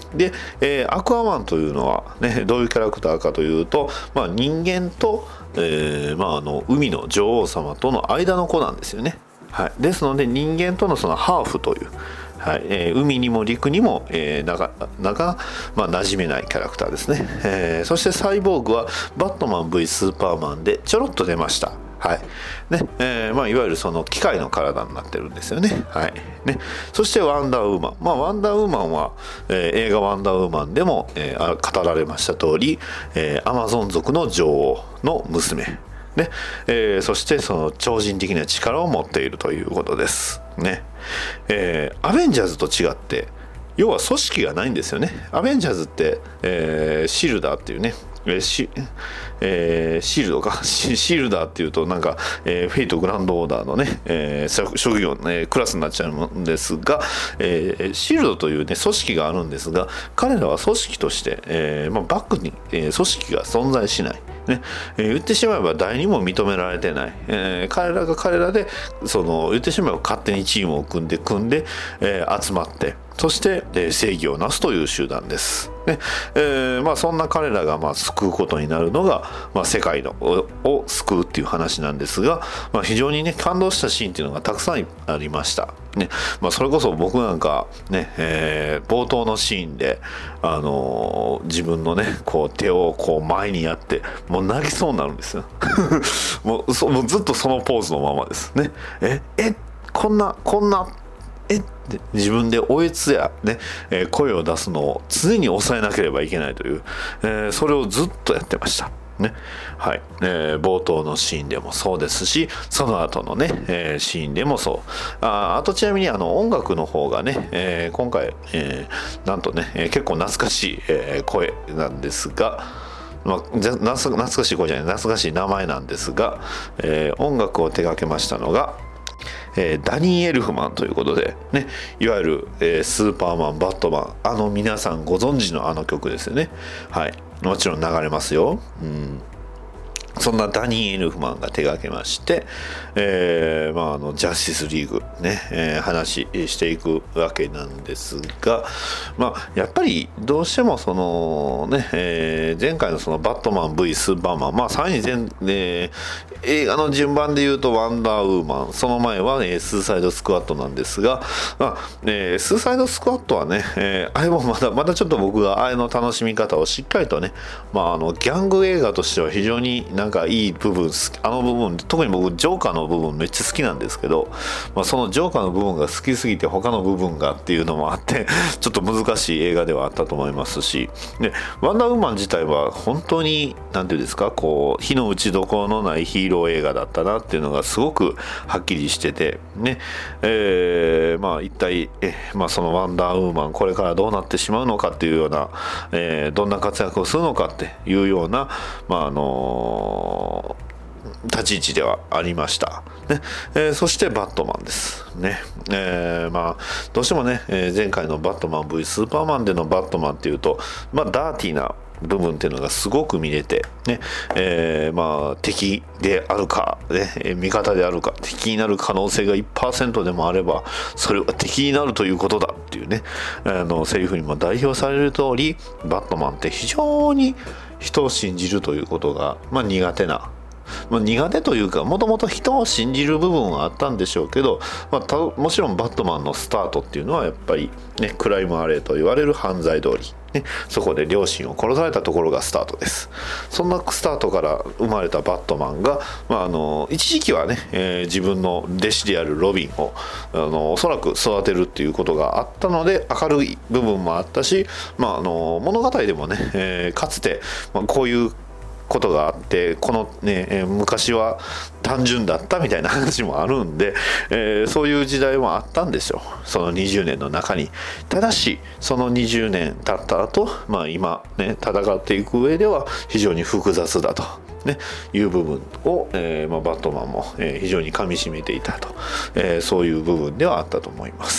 で、えー、アクアマンというのは、ね、どういうキャラクターかというと、まあ、人間と、えーまあ、あの海の女王様との間の子なんですよね。はい、ですので人間とのそのハーフという、はいえー、海にも陸にも、えー、なかなか、まあ、馴染めないキャラクターですね、えー、そしてサイボーグはバットマン ブイ スーパーマンでちょろっと出ました。はいねえーまあ、いわゆるその機械の体になってるんですよね。はいね、そしてワンダーウーマン、まあ、ワンダーウーマンは、えー、映画ワンダーウーマンでも、えー、語られました通り、えー、アマゾン族の女王の娘ねえー、そしてその超人的な力を持っているということですね。えー、アベンジャーズと違って要は組織がないんですよね。アベンジャーズって、えー、シールダーっていうねえーシえー、シールドかシールダーっていうとなんか、えー、フェイトグランドオーダーのね、えー、職業の、ね、クラスになっちゃうんですが、えー、シールドという、ね、組織があるんですが彼らは組織として、えーまあ、バックに、えー、組織が存在しないねえー、言ってしまえば誰にも認められてない、えー、彼らが彼らでその言ってしまえば勝手にチームを組んで組んで、えー、集まってそして、えー、正義をなすという集団です、ねえーまあ、そんな彼らが、まあ、救うことになるのが、まあ、世界の を, を救うっていう話なんですが、まあ、非常にね感動したシーンっていうのがたくさんありました、ねまあ、それこそ僕なんかね、えー、冒頭のシーンで、あのー、自分のねこう手をこう前にやってもう泣きそうになるんですよもうそもうずっとそのポーズのままですね。ええこんなこんなえって自分でおえつや、ねえー、声を出すのを常に抑えなければいけないという、えー、それをずっとやってましたね。はいえー、冒頭のシーンでもそうですしその後のね、えー、シーンでもそうああとちなみにあの音楽の方がね、えー、今回、えー、なんとね、えー、結構懐かしい、えー、声なんですがまあ、懐かしい声じゃない懐かしい名前なんですが、えー、音楽を手掛けましたのが、えー、ダニー・エルフマンということで、ね、いわゆる、えー、スーパーマンバットマンあの皆さんご存知のあの曲ですよね。はいもちろん流れますよ、うんそんなダニー・エルフマンが手掛けまして、えーまあ、あのジャスティスリーグね、えー、話していくわけなんですが、まあ、やっぱりどうしてもその、ねえー、前回のそのバットマン ブイ スーパーマン、まあ、さらに前、えー、映画の順番で言うとワンダーウーマンその前は、ね、スーサイドスクワットなんですが、まあえー、スーサイドスクワットはね、えー、あれもまだまだちょっと僕があれの楽しみ方をしっかりとね、まあ、あのギャング映画としては非常になんかいい部分あの部分特に僕ジョーカーの部分めっちゃ好きなんですけど、まあ、そのジョーカーの部分が好きすぎて他の部分がっていうのもあってちょっと難しい映画ではあったと思いますし、でワンダーウーマン自体は本当に何ていうんですかこう火の打ちどころのないヒーロー映画だったなっていうのがすごくはっきりしててね、えー、まあ一体え、まあ、そのワンダーウーマンこれからどうなってしまうのかっていうような、えー、どんな活躍をするのかっていうようなまああのー立ち位置ではありました、ねえー、そしてバットマンですね、えー、まあどうしてもね、えー、前回のバットマン ブイ スーパーマンでのバットマンっていうとまあダーティーな部分っていうのがすごく見れてね、えー、まあ敵であるか、ね、味方であるか敵になる可能性が いちパーセント でもあればそれは敵になるということだっていうねあのセリフにも代表される通りバットマンって非常に人を信じるということが、まあ、苦手なまあ、苦手というかもともと人を信じる部分はあったんでしょうけど、まあ、たもちろんバットマンのスタートっていうのはやっぱり、ね、クライムアレイと言われる犯罪通り、ね、そこで両親を殺されたところがスタートです。そんなスタートから生まれたバットマンが、まあ、あの一時期はね、えー、自分の弟子であるロビンをあのおそらく育てるっていうことがあったので明るい部分もあったし、まあ、あの物語でもね、えー、かつて、まあ、こういうことがあってこのね、えー、昔は単純だったみたいな話もあるんで、えー、そういう時代もあったんですよそのにじゅうねんの中に。ただしそのにじゅうねん経った後、まあ今ね戦っていく上では非常に複雑だとね、いう部分を、えーまあ、バットマンも、えー、非常に噛み締めていたと、えー、そういう部分ではあったと思います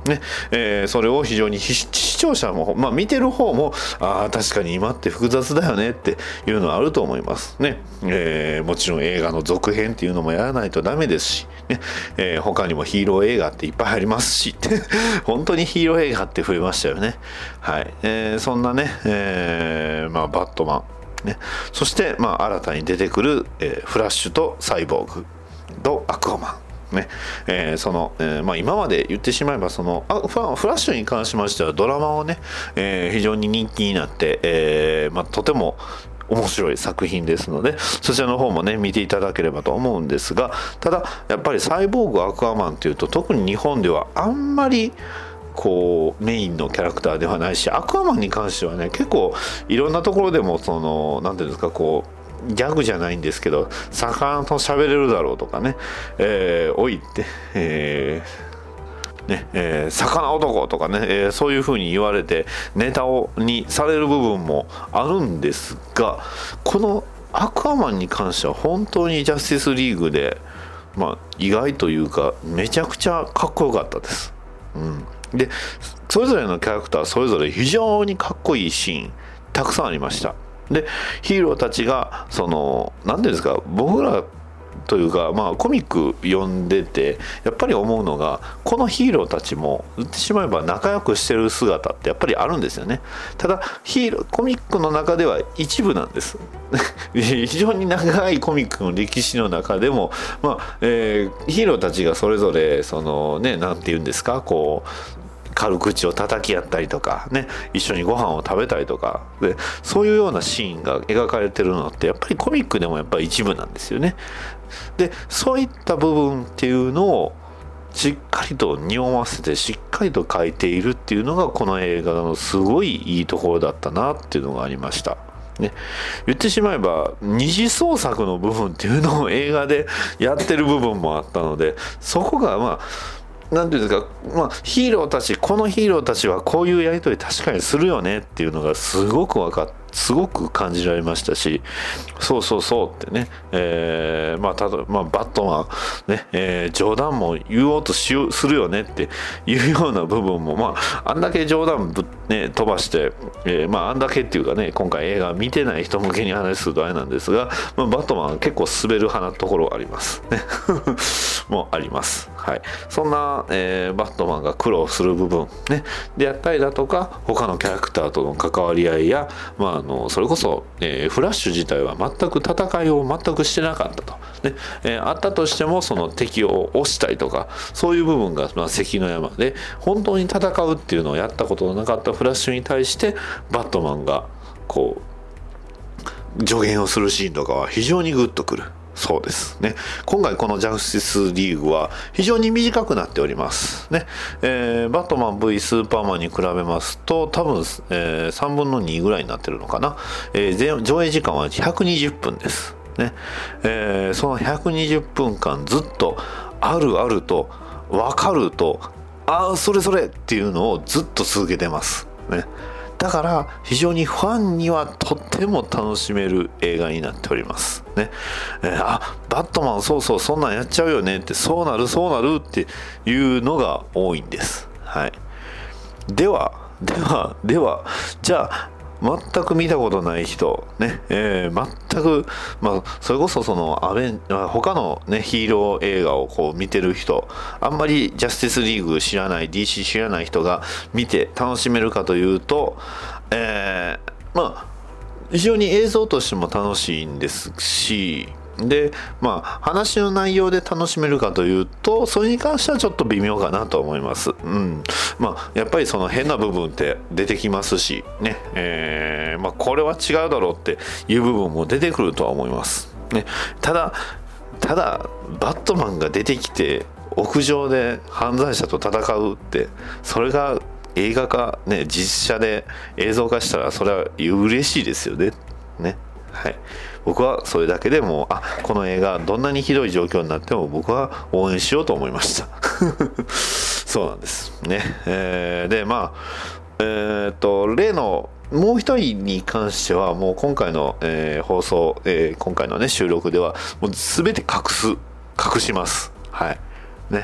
ねえー、それを非常に視聴者も、まあ、見てる方もあ確かに今って複雑だよねっていうのはあると思いますね、えー、もちろん映画の続編っていうのもやらないとダメですし、ねえー、他にもヒーロー映画っていっぱいありますし本当にヒーロー映画って増えましたよね。はい、えー、そんなね、えーまあ、バットマン、ね、そして、まあ、新たに出てくる、えー、フラッシュとサイボーグとアクアマンねえー、その、えーまあ、今まで言ってしまえばそのあフラッシュに関しましてはドラマをね、えー、非常に人気になって、えーまあ、とても面白い作品ですのでそちらの方もね見ていただければと思うんですが、ただやっぱりサイボーグアクアマンというと特に日本ではあんまりこうメインのキャラクターではないし、アクアマンに関してはね結構いろんなところでもそのなんていうんですかこうギャグじゃないんですけど魚と喋れるだろうとかね、えー、おいって、えーねえー、魚男とかね、えー、そういう風に言われてネタをにされる部分もあるんですが、このアクアマンに関しては本当にジャスティスリーグで、まあ、意外というかめちゃくちゃかっこよかったです、うん、でそれぞれのキャラクターそれぞれ非常にかっこいいシーンたくさんありました。でヒーローたちがその何ていうんですか僕らというかまあコミック読んでてやっぱり思うのがこのヒーローたちも言ってしまえば仲良くしてる姿ってやっぱりあるんですよね。ただヒーローコミックの中では一部なんです非常に長いコミックの歴史の中でも、まあえー、ヒーローたちがそれぞれそのね何て言うんですかこう軽口を叩き合ったりとかね一緒にご飯を食べたりとかでそういうようなシーンが描かれてるのってやっぱりコミックでもやっぱり一部なんですよね。でそういった部分っていうのをしっかりと匂わせてしっかりと描いているっていうのがこの映画のすごいいいところだったなっていうのがありました。ね、言ってしまえば二次創作の部分っていうのを映画でやってる部分もあったのでそこがまあなんていうんですか、まあ、ヒーローたちこのヒーローたちはこういうやり取り確かにするよねっていうのがすごく分かってすごく感じられましたし、そうそうそうってね、えー、まあただまあバットマンね、えー、冗談も言おうとしようするよねっていうような部分もまああんだけ冗談ぶね飛ばして、えー、まああんだけっていうかね今回映画見てない人向けに話するとあれなんですが、まあ、バットマンは結構滑る派なところありますねもうあります。はい、そんな、えー、バットマンが苦労する部分ねであったりだとか他のキャラクターとの関わり合いやまああのそれこそ、えー、フラッシュ自体は全く戦いを全くしてなかったと、ねえー、あったとしてもその敵を押したりとかそういう部分が、まあ、関の山で本当に戦うっていうのをやったことのなかったフラッシュに対してバットマンがこう助言をするシーンとかは非常にグッとくる。そうですね。今回このジャスティスリーグは非常に短くなっておりますね。えー、バットマン ブイ スーパーマンに比べますと多分、えー、さんぶんのにぐらいになってるのかな。えー、上映時間はひゃくにじゅっぷんですね。えー、そのひゃくにじゅっぷんかんずっとあるあると分かるとああそれそれっていうのをずっと続けてますね。だから非常にファンにはとっても楽しめる映画になっておりますね。えー、あバットマンそうそうそんなんやっちゃうよねってそうなるそうなるっていうのが多いんです。はい。ではではではじゃあ全く見たことない人ね、えー、全くまあそれこそそのアベン他のねヒーロー映画をこう見てる人あんまりジャスティスリーグ知らない ディーシー 知らない人が見て楽しめるかというと、えー、まあ非常に映像としても楽しいんですしでまあ話の内容で楽しめるかというとそれに関してはちょっと微妙かなと思います。うん、まあやっぱりその変な部分って出てきますしね、えー、まあこれは違うだろうっていう部分も出てくるとは思います。ね、ただただバットマンが出てきて屋上で犯罪者と戦うってそれが映画化ね実写で映像化したらそれは嬉しいですよね。ね。はい、僕はそれだけでもあこの映画どんなにひどい状況になっても僕は応援しようと思いましたそうなんですね、えー、でまあえー、っと例のもう一人に関してはもう今回の、えー、放送、えー、今回のね収録ではもう全て隠す隠します。はいね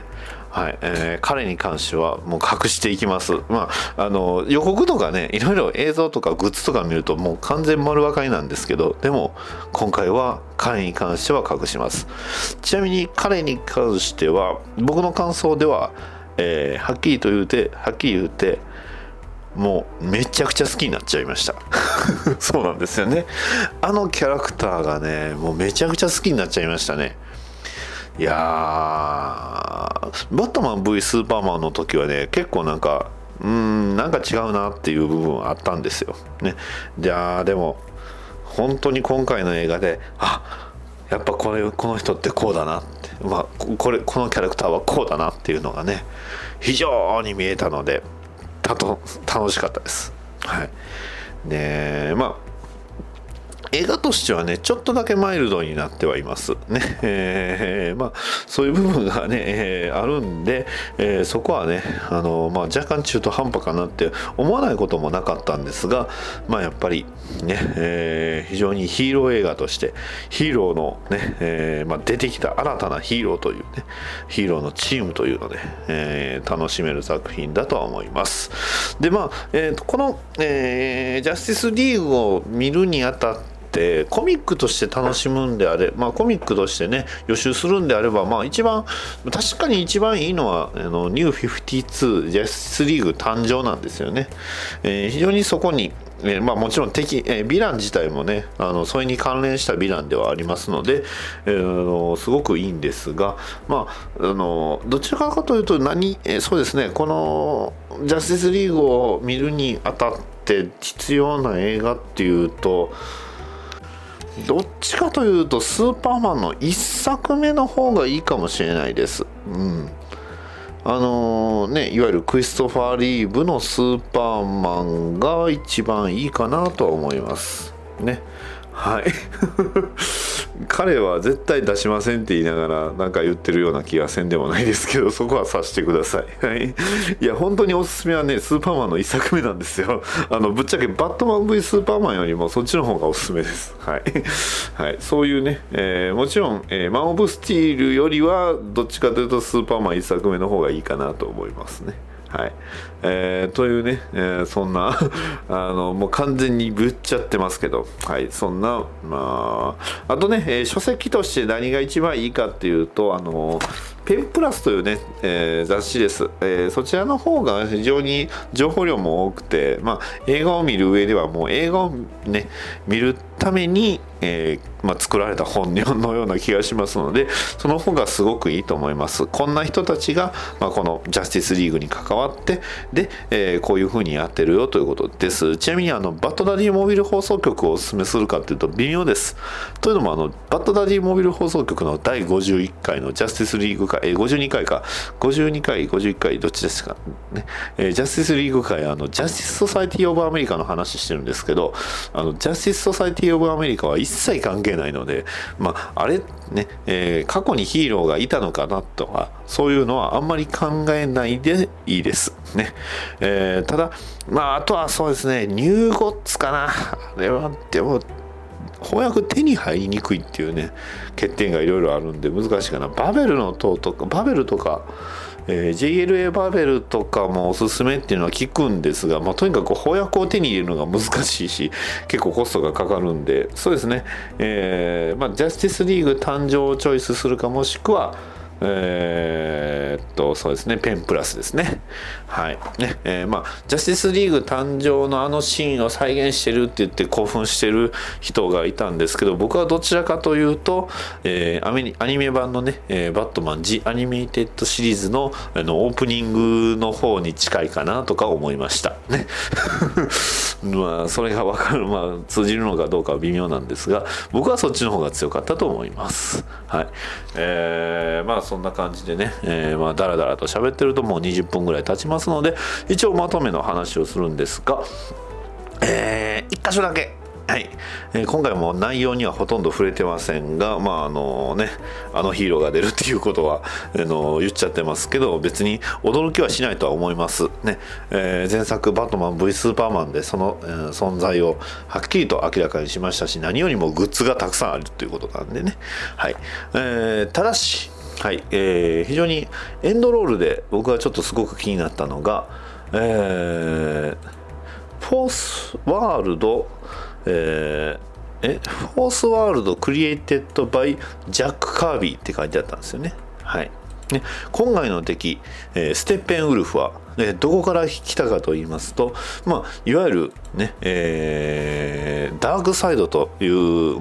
はいえー、彼に関してはもう隠していきます。まあ、あの予告とかねいろいろ映像とかグッズとか見るともう完全丸分かりなんですけど、でも今回は彼に関しては隠します。ちなみに彼に関しては僕の感想では、えー、はっきりと言うてはっきり言うてもうめちゃくちゃ好きになっちゃいましたそうなんですよね。あのキャラクターがねもうめちゃくちゃ好きになっちゃいましたね。いやーバットマン ブイ スーパーマンの時はね結構なんかうーんなんか違うなっていう部分あったんですよね。じゃあでも本当に今回の映画であやっぱこれこの人ってこうだなって、まあ、これこのキャラクターはこうだなっていうのがね非常に見えたのでたと楽しかったです。はい。でまあ映画としてはねちょっとだけマイルドになってはいますね。えー、まあそういう部分がね、えー、あるんで、えー、そこはねあの、まあ、若干中途半端かなって思わないこともなかったんですが、まあやっぱりね、えー、非常にヒーロー映画としてヒーローのね、えーまあ、出てきた新たなヒーローというねヒーローのチームというので、えー、楽しめる作品だとは思います。でまあ、えー、この、えー、ジャスティスリーグを見るにあたってコミックとして楽しむんであれ、まあ、コミックとしてね予習するんであれば、まあ、一番確かに一番いいのはあのニューフィフティーツージャスティスリーグ誕生なんですよね。えー、非常にそこにえーまあ、もちろん敵、えー、ヴィラン自体もねあのそれに関連したヴィランではありますので、えー、あのすごくいいんですが、まあ、あのどちらかというと何、えー、そうですねこのジャスティスリーグを見るにあたって必要な映画っていうとどっちかというとスーパーマンのいっさくめの方がいいかもしれないです。うんあのー、ね、いわゆるクリストファー・リーブのスーパーマンが一番いいかなとは思いますね。はい彼は絶対出しませんって言いながらなんか言ってるような気がせんでもないですけど、そこは察してください。はい、いや本当におすすめはねスーパーマンのいっさくめなんですよ。あのぶっちゃけバットマン ブイ スーパーマンよりもそっちの方がおすすめです。はい、はい、そういうね、えー、もちろん、えー、マン・オブ・スティールよりはどっちかというとスーパーマンいっさくめの方がいいかなと思いますね。はい、えー、というね、えー、そんなあのもう完全にぶっちゃってますけど、はい、そんなまああとね、えー、書籍として何が一番いいかっていうとあのペンプラスというね、えー、雑誌です、えー、そちらの方が非常に情報量も多くて、まあ、映画を見る上ではもう映画をね見るために、えーまあ、作られた本のような気がしますので、その方がすごくいいと思います。こんな人たちが、まあ、このジャスティスリーグに関わってで、えー、こういう風にやってるよということです。ちなみにあのバッドダディモビル放送局をお勧めするかというと微妙です。というのもあのバッドダディモビル放送局のだいごじゅういっかいのジャスティスリーグ会、えー、ごじゅうにかいかごじゅうにかいごじゅういっかいどっちですかね、えー、ジャスティスリーグ会あのジャスティスソサイティオブアメリカの話してるんですけど、あのジャスティスソサイティオブアメリカは一切関係ないので、まあ、あれね、えー、過去にヒーローがいたのかなとかそういうのはあんまり考えないでいいですね。えー、ただまああとはそうですねニューゴッツかな、あれはでも翻訳手に入りにくいっていうね欠点がいろいろあるんで難しいかな。バベルの塔とかバベルとか、えー、ジェイエルエー バベルとかもおすすめっていうのは聞くんですが、まあ、とにかく翻訳を手に入れるのが難しいし結構コストがかかるんで、そうですね、えーまあ、ジャスティスリーグ誕生をチョイスするかもしくはえー、っとそうですねペンプラスですね。はいね、えー、まあジャスティスリーグ誕生のあのシーンを再現してるって言って興奮してる人がいたんですけど、僕はどちらかというと、えー、アメアニメ版のね、えー、バットマン ジ・アニメイテッドシリーズのあのオープニングの方に近いかなとか思いましたね。まあそれが分かる、まあ通じるのかどうかは微妙なんですが、僕はそっちの方が強かったと思います。はい、えー、まあそんな感じでね、えー、まあだらだらと喋ってるともうにじゅっぷんぐらい経ちますので、一応まとめの話をするんですが、えー、一箇所だけ、はい、えー、今回も内容にはほとんど触れてませんが、まああのね、あのヒーローが出るっていうことはあの言っちゃってますけど、別に驚きはしないとは思いますね。えー、前作バットマン ブイ スーパーマンでその、えー、存在をはっきりと明らかにしましたし、何よりもグッズがたくさんあるということなんでね。はい、えー、ただしはい、えー、非常にエンドロールで僕はちょっとすごく気になったのが、えー、フォースワールド、えー、えフォースワールドクリエイテッドバイジャック・カービーって書いてあったんですよね。はいね、今回の敵、えー、ステッペンウルフは、えー、どこから来たかと言いますと、まあ、いわゆる、ねえー、ダークサイドという、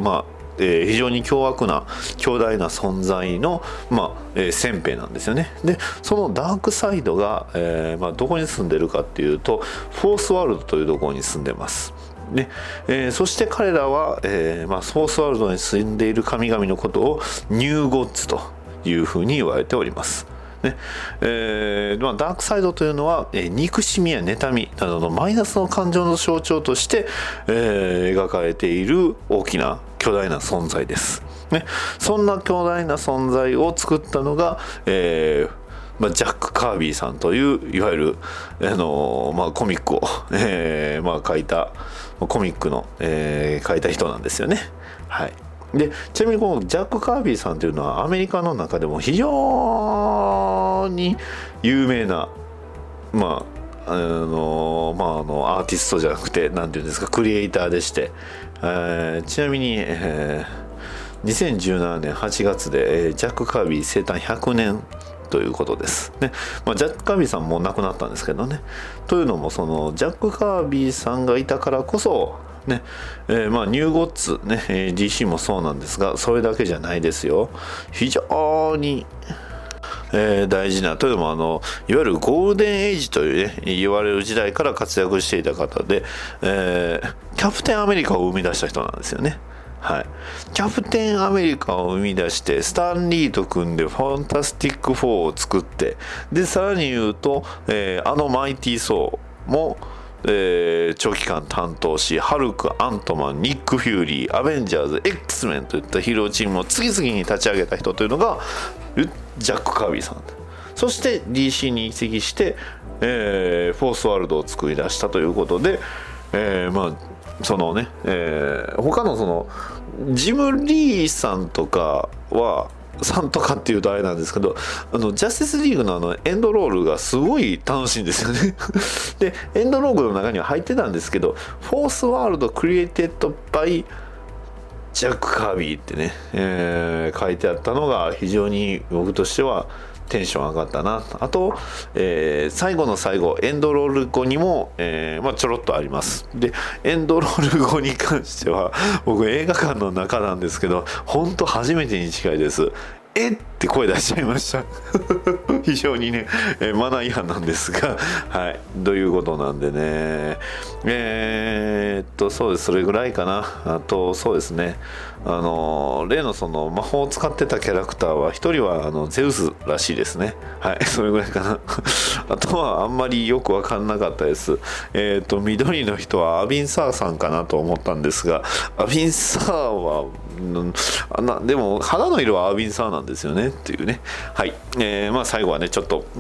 まあえー、非常に凶悪な強大な存在の、まあえー、先兵なんですよね。でそのダークサイドが、えーまあ、どこに住んでるかっていうとフォースワールドというところに住んでます。ねえー、そして彼らは、えーまあ、フォースワールドに住んでいる神々のことをニューゴッツというふうに言われております。ねえーまあ、ダークサイドというのは、えー、憎しみや妬みなどのマイナスの感情の象徴として、えー、描かれている大きな巨大な存在です。ね、そんな巨大な存在を作ったのが、えーまあ、ジャック・カービーさんといういわゆる、あのーまあ、コミックを、えーまあ、書いたコミックの、えー、書いた人なんですよね。はい。でちなみにこのジャック・カービーさんというのはアメリカの中でも非常に有名な、まああのまあ、あのアーティストじゃなくてなんていうんですかクリエイターでして、えー、ちなみに、えー、にせんじゅうななねんはちがつで、えー、ジャック・カービー生誕ひゃくねんということですね。まあ、ジャック・カービーさんも亡くなったんですけどね。というのもそのジャック・カービーさんがいたからこそねえー、まあニューゴッツね、えー、ディーシー もそうなんですがそれだけじゃないですよ。非常に、えー、大事なというのもあのいわゆるゴールデンエイジという、ね、言われる時代から活躍していた方で、えー、キャプテンアメリカを生み出した人なんですよね。はい、キャプテンアメリカを生み出してスタンリーと組んでファンタスティックフォーを作ってでさらに言うと、えー、あのマイティー・ソーもえー、長期間担当しハルク、アントマン、ニック・フューリー、アベンジャーズ、X メンといったヒーローチームを次々に立ち上げた人というのがジャック・カービーさん。そして ディーシー に移籍して、えー、フォースワールドを作り出したということで、えー、まあそのね、えー、他のそのジム・リーさんとかはさんとかっていうとあれなんですけどあのジャスティスリーグのあのエンドロールがすごい楽しいんですよねでエンドロールの中には入ってたんですけどフォースワールドクリエイテッドバイジャック・カービーってね、えー、書いてあったのが非常に僕としてはテンション上がったな。あと、えー、最後の最後エンドロール後にも、えーまあ、ちょろっとあります。でエンドロール後に関しては僕映画館の中なんですけど本当初めてに近いです。えって声出しちゃいました非常にね、えー、マナー違反なんですがはいということなんでねえー、っとそうですそれぐらいかな。あとそうですねあの例のその魔法を使ってたキャラクターは一人はあのゼウスらしいですね。はいそれぐらいかなあとはあんまりよく分かんなかったです。えー、っと緑の人はアビンサーさんかなと思ったんですがアビンサーはあなでも肌の色はアビンサーなんですよねっていうね。はい、えー、まあ最後はねちょっと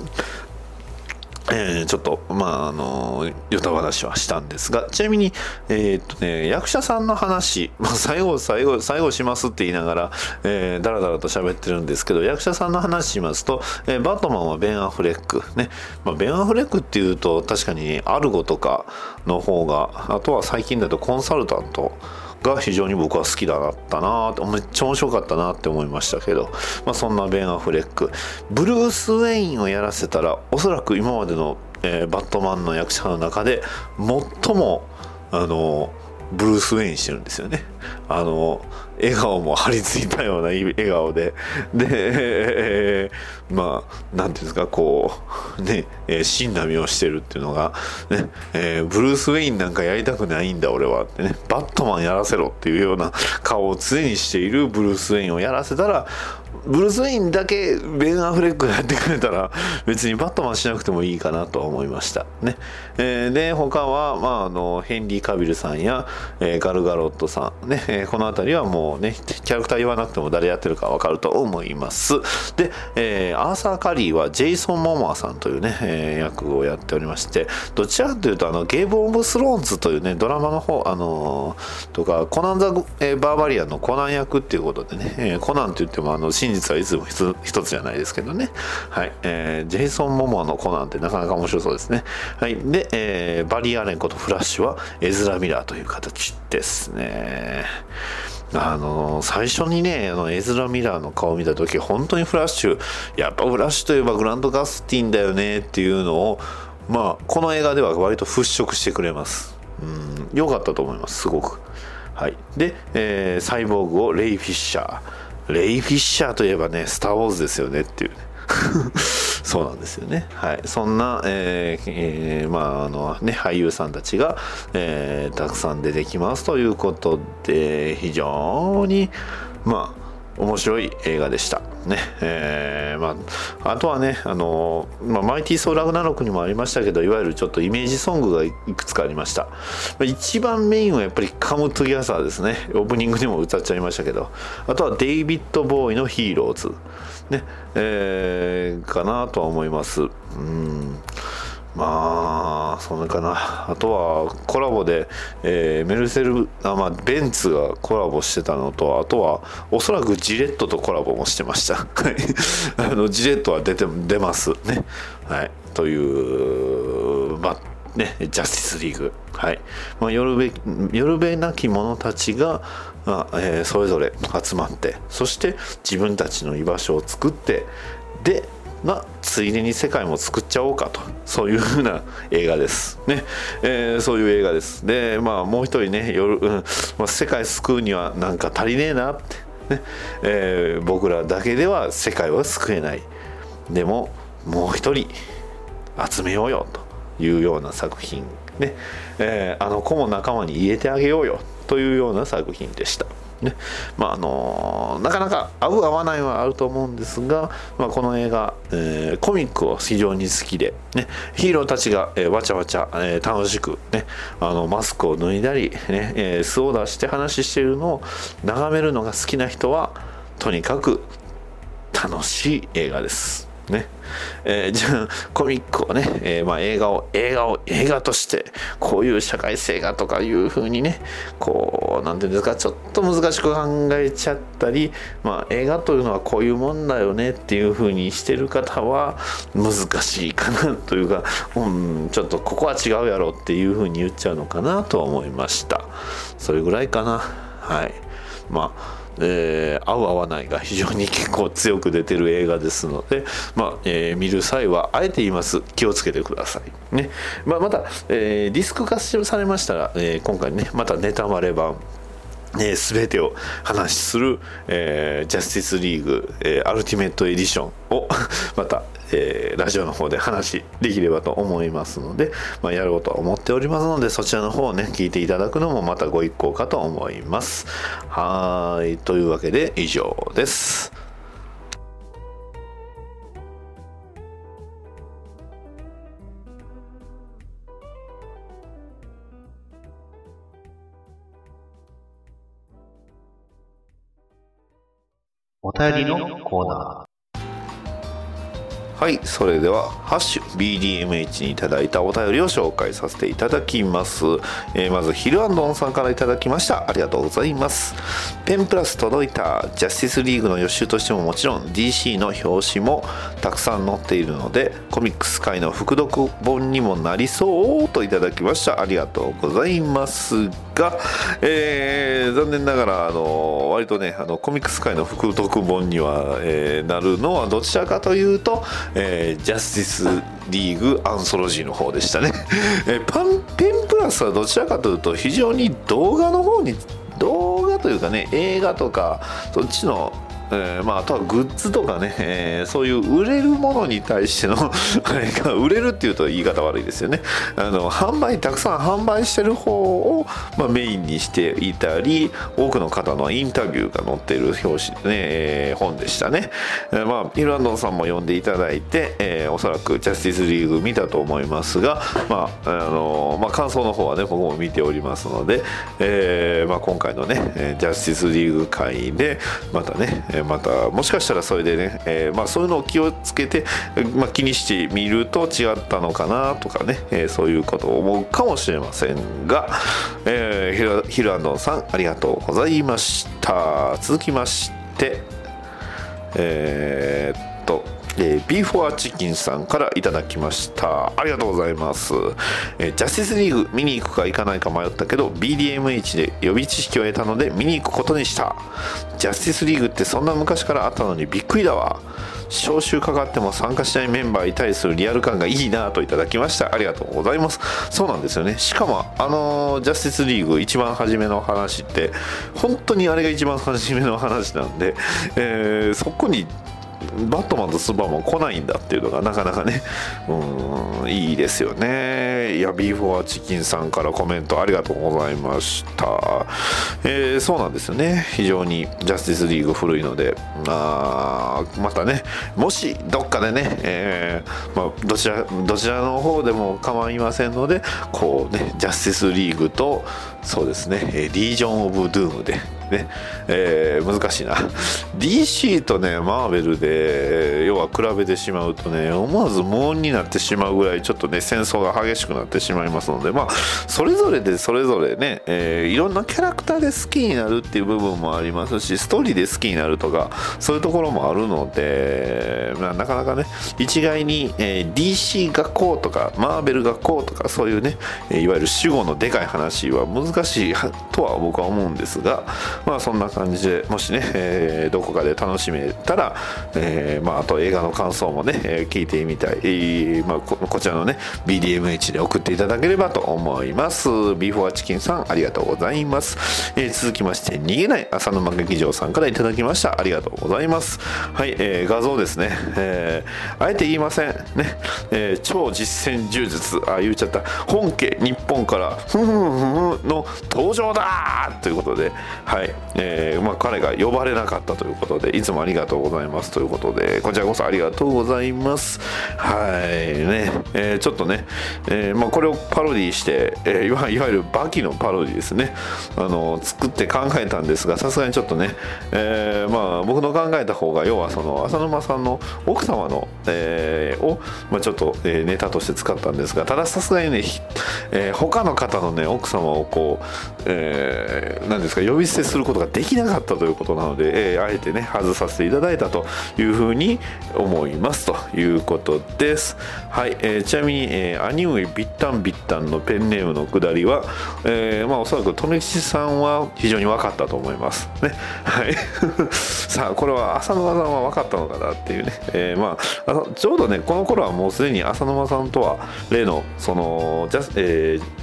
えー、ちょっとまああのヨタ話はしたんですがちなみにえー、っとね役者さんの話、まあ、最後最後最後しますって言いながら、えー、だらだらと喋ってるんですけど役者さんの話しますと、えー、バットマンはベン・アフレックね、まあ、ベン・アフレックっていうと確かにアルゴとかの方があとは最近だとコンサルタントが非常に僕は好きだったなってめっちゃ面白かったなって思いましたけど、まあ、そんなベン・アフレックブルース・ウェインをやらせたらおそらく今までの、えー、バットマンの役者の中で最もあのブルース・ウェインしてるんですよね。あの笑顔も張り付いたような笑顔でで、えー、まあなんていうんですかこうね死んだ目をしてるっていうのがね、えー、ブルース・ウェインなんかやりたくないんだ俺はってねバットマンやらせろっていうような顔を常にしているブルース・ウェインをやらせたらブルース・ウェインだけベン・アフレックがやってくれたら別にバットマンしなくてもいいかなと思いましたね。えー、で他は、まあ、あのヘンリー・カビルさんや、えー、ガル・ガロットさんね、えー、この辺りはもうねキャラクター言わなくても誰やってるか分かると思います。で、えー、アーサー・カリーはジェイソン・モモアさんというね、えー、役をやっておりましてどちらかというとあのゲーム・オブ・スローンズというねドラマの方あのー、とかコナン・ザ・バーバリアンのコナン役っていうことでね、えー、コナンといってもあの真実はいつも一つじゃないですけどね。はい、えー、ジェイソン・モモアのコナンってなかなか面白そうですね。はい、で、えー、バリー・アレンことフラッシュはエズラ・ミラーという形ですね。あの最初にねあのエズラ・ミラーの顔を見た時本当にフラッシュやっぱフラッシュといえばグラント・ガスティンだよねっていうのをまあこの映画では割と払拭してくれます。うん、良かったと思いますすごく。はい、で、えー、サイボーグをレイ・フィッシャーレイ・フィッシャーといえばねスター・ウォーズですよねっていうねそうなんですよね。はい、そんな、えーえー、まああのね俳優さんたちが、えー、たくさん出てきますということで非常にまあ面白い映画でしたね。えー、まああとはねあの、まあ、マイティー・ソー・ラグナロクにもありましたけどいわゆるちょっとイメージソングがいくつかありました。一番メインはやっぱりカム・トゥギャザーですね。オープニングでも歌っちゃいましたけどあとはデイビッド・ボーイのヒーローズね、えー、かなとは思います。うんまあそれかな。あとはコラボで、えー、メルセルあ、まあ、ベンツがコラボしてたのとあとはおそらくジレットとコラボもしてましたあのジレットは出て出ますね。はいというまあね、ジャスティスリーグ、はいまあ、よるべよるべなき者たちが、まあえー、それぞれ集まってそして自分たちの居場所を作ってで、まあ、ついでに世界も作っちゃおうかとそういう風な映画ですね、えー、そういう映画ですで、まあ、もう一人ね夜、うんまあ、世界救うにはなんか足りねえなって、ねえー、僕らだけでは世界は救えないでももう一人集めようよというような作品ね、えー、あの子も仲間に入れてあげようよというような作品でしたね。まああのー、なかなか合う合わないはあると思うんですが、まあ、この映画、えー、コミックを非常に好きで、ね、ヒーローたちが、えー、わちゃわちゃ、えー、楽しく、ね、あのマスクを脱いだり、ねえー、素を出して話しているのを眺めるのが好きな人はとにかく楽しい映画ですね。えー、じゃあコミックをね、えーまあ、映画を映画を映画としてこういう社会性がとかいう風にねこうなんていうんですかちょっと難しく考えちゃったり、まあ、映画というのはこういうもんだよねっていう風にしてる方は難しいかなというか、うん、ちょっとここは違うやろっていう風に言っちゃうのかなと思いました。それぐらいかな。はいまあえー、合う合わないが非常に結構強く出てる映画ですので、まあえー、見る際はあえて言います気をつけてくださいね。まあ、また、えー、ディスク化されましたら、えー、今回ねまたネタバレ版えー、全てを話しする、えー、ジャスティスリーグ、えー、アルティメットエディションをまた、えー、ラジオの方で話できればと思いますので、まあ、やろうと思っておりますのでそちらの方をね聞いていただくのもまたご一行かと思います。はいというわけで以上です。 お便りのコーナー。 はい、それではハッシュ ビーディーエムエイチ にいただいたお便りを紹介させていただきます。えー、まずヒルアンドンさんからいただきました。ありがとうございます。ペンプラス届いたジャスティスリーグの予習としてももちろん ディーシー の表紙もたくさん載っているのでコミックス界の副読本にもなりそうといただきました。ありがとうございますが、えー、残念ながらあの割とねあのコミックス界の副読本には、えー、なるのはどちらかというとえー、ジャスティスリーグアンソロジーの方でしたね。えー、パンペンプラスはどちらかというと非常に動画の方に動画というかね映画とかそっちのえーまあ、あとはグッズとかね、えー、そういう売れるものに対してのあれが売れるっていうと言い方悪いですよね。あの販売たくさん販売してる方を、まあ、メインにしていたり多くの方のインタビューが載っている表紙でね、えー、本でしたね。えーまあ、ヒルアンドンさんも読んでいただいて、えー、おそらくジャスティスリーグ見たと思いますが、まああのまあ、感想の方はね僕も見ておりますので、えーまあ、今回のねジャスティスリーグ会でまたねまたもしかしたらそれでね、えーまあ、そういうのを気をつけて、まあ、気にしてみると違ったのかなとかね、えー、そういうことを思うかもしれませんが、えー、ヒル、ヒルアンドンさんありがとうございました。続きまして、 えー、っとえー、ビーフォアチキンさんからいただきました。ありがとうございます。えー、ジャスティスリーグ見に行くか行かないか迷ったけど ビーディーエムエイチ で予備知識を得たので見に行くことにした。ジャスティスリーグってそんな昔からあったのにびっくりだわ。招集かかっても参加しないメンバーに対するリアル感がいいなといただきました。ありがとうございます。そうなんですよね。しかもあのジャスティスリーグ一番初めの話って本当にあれが一番初めの話なんで、えー、そこにバットマンとスーパーマン来ないんだっていうのがなかなかね、うん、いいですよね。いや、ビーフォアチキンさんからコメントありがとうございました。えー、そうなんですよね。非常にジャスティスリーグ古いので、あまたね、もしどっかでね、えーまあ、どちらどちらの方でも構いませんので、こうね、ジャスティスリーグとそうですね、リージョン・オブ・ドゥームでね、えー、難しいな ディーシー とねマーベルで要は比べてしまうとね、思わず無音になってしまうぐらいちょっとね戦争が激しくなってしまいますので、まあそれぞれでそれぞれね、えー、いろんなキャラクターで好きになるっていう部分もありますし、ストーリーで好きになるとかそういうところもあるので、まあ、なかなかね一概に、えー、ディーシー がこうとかマーベルがこうとかそういうね、いわゆる主語のでかい話は難しいとは僕は思うんですが、まあそんな感じでもしね、えー、どこかで楽しめたら、えーまあ、あと映画の感想もね、えー、聞いてみたい、えーまあ、こ, こちらのね ビーディーエムエイチ で送っていただければと思います。ビーフォアチキンさんありがとうございます。えー、続きまして逃げない浅沼劇場さんからいただきました。ありがとうございます。はい、えー、画像ですね、えー、あえて言いませんね、えー、超実践柔術、あ言っちゃった、本家日本からふんふんふんの登場だということで、はい、えーまあ、彼が呼ばれなかったということでいつもありがとうございますということで、こちらこそありがとうございます。はいね、えー、ちょっとね、えーまあ、これをパロディして、えー、いわいわゆるバキのパロディですね、あの作って考えたんですが、さすがにちょっとね、えーまあ、僕の考えた方が要はその浅沼さんの奥様の、えー、を、まあ、ちょっと、えー、ネタとして使ったんですが、たださすがにね、えー、他の方のね奥様をこう、えー、何ですか呼び捨てすることができなかったということなので、えー、あえてね外させていただいたというふうに思いますということです。はい、えー、ちなみに、えー、兄上ビッタンビッタンのペンネームのくだりは、えー、まあおそらく留吉さんは非常に分かったと思いますね。はいさあこれは浅沼さんは分かったのかなっていうね、えー、まあちょうどねこの頃はもうすでに浅沼さんとは例のそのジャス、えー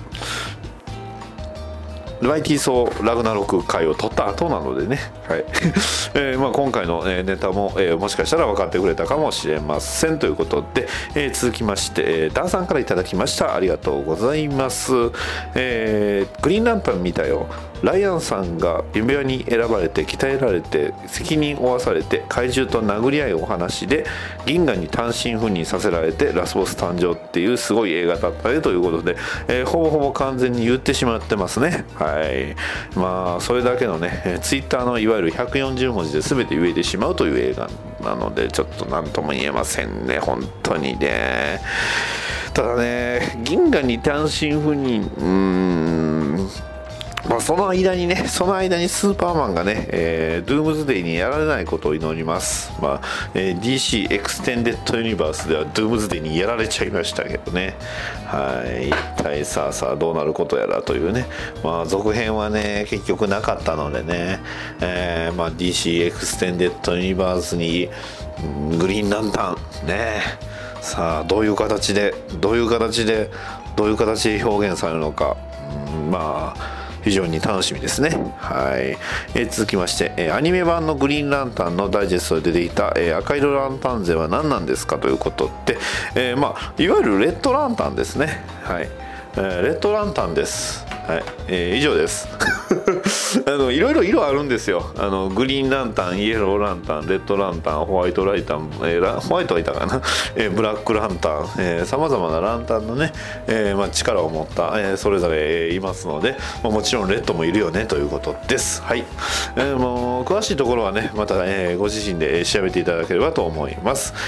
マイティーソーラグナロク回を取った後なのでね、はいえーまあ、今回のネタも、えー、もしかしたら分かってくれたかもしれませんということで、えー、続きまして、えー、ダーさんからいただきました。ありがとうございます。えー、グリーンランタン見たよ。ライアンさんが指輪に選ばれて鍛えられて責任を負わされて怪獣と殴り合いお話で銀河に単身赴任させられてラスボス誕生っていうすごい映画だったねということで、えー、ほぼほぼ完全に言ってしまってますね。はい、まあそれだけのねツイッターのいわゆるひゃくよんじゅうもじで全て言えてしまうという映画なのでちょっと何とも言えませんね本当にね。ただね銀河に単身赴任うーんまあ、その間にねその間にスーパーマンがね、えー、ドゥームズデイにやられないことを祈ります。まあえー、ディーシー エクステンデッドユニバースではドゥームズデイにやられちゃいましたけどね。はい一体さあさあどうなることやらというね、まあ、続編はね結局なかったのでね、えーまあ、ディーシー エクステンデッドユニバースにグリーンランタンねさあどういう形でどういう形でどういう形で表現されるのか、うん、まあ非常に楽しみですね。はい、えー、続きまして、えー、アニメ版のグリーンランタンのダイジェストで出ていた、えー、赤色ランタン勢は何なんですかということで、えーまあ、いわゆるレッドランタンですね。はい、えー、レッドランタンです。はい、えー、以上ですあのいろいろ色あるんですよ。あのグリーンランタン、イエローランタン、レッドランタン、ホワイトライタン、えー、ラホワイトはいたかな、えー、ブラックランタン、さまざまなランタンのね、えーまあ、力を持った、えー、それぞれいますので、まあ、もちろんレッドもいるよねということです。はい、えー、もう詳しいところはねまた、えー、ご自身で調べていただければと思います。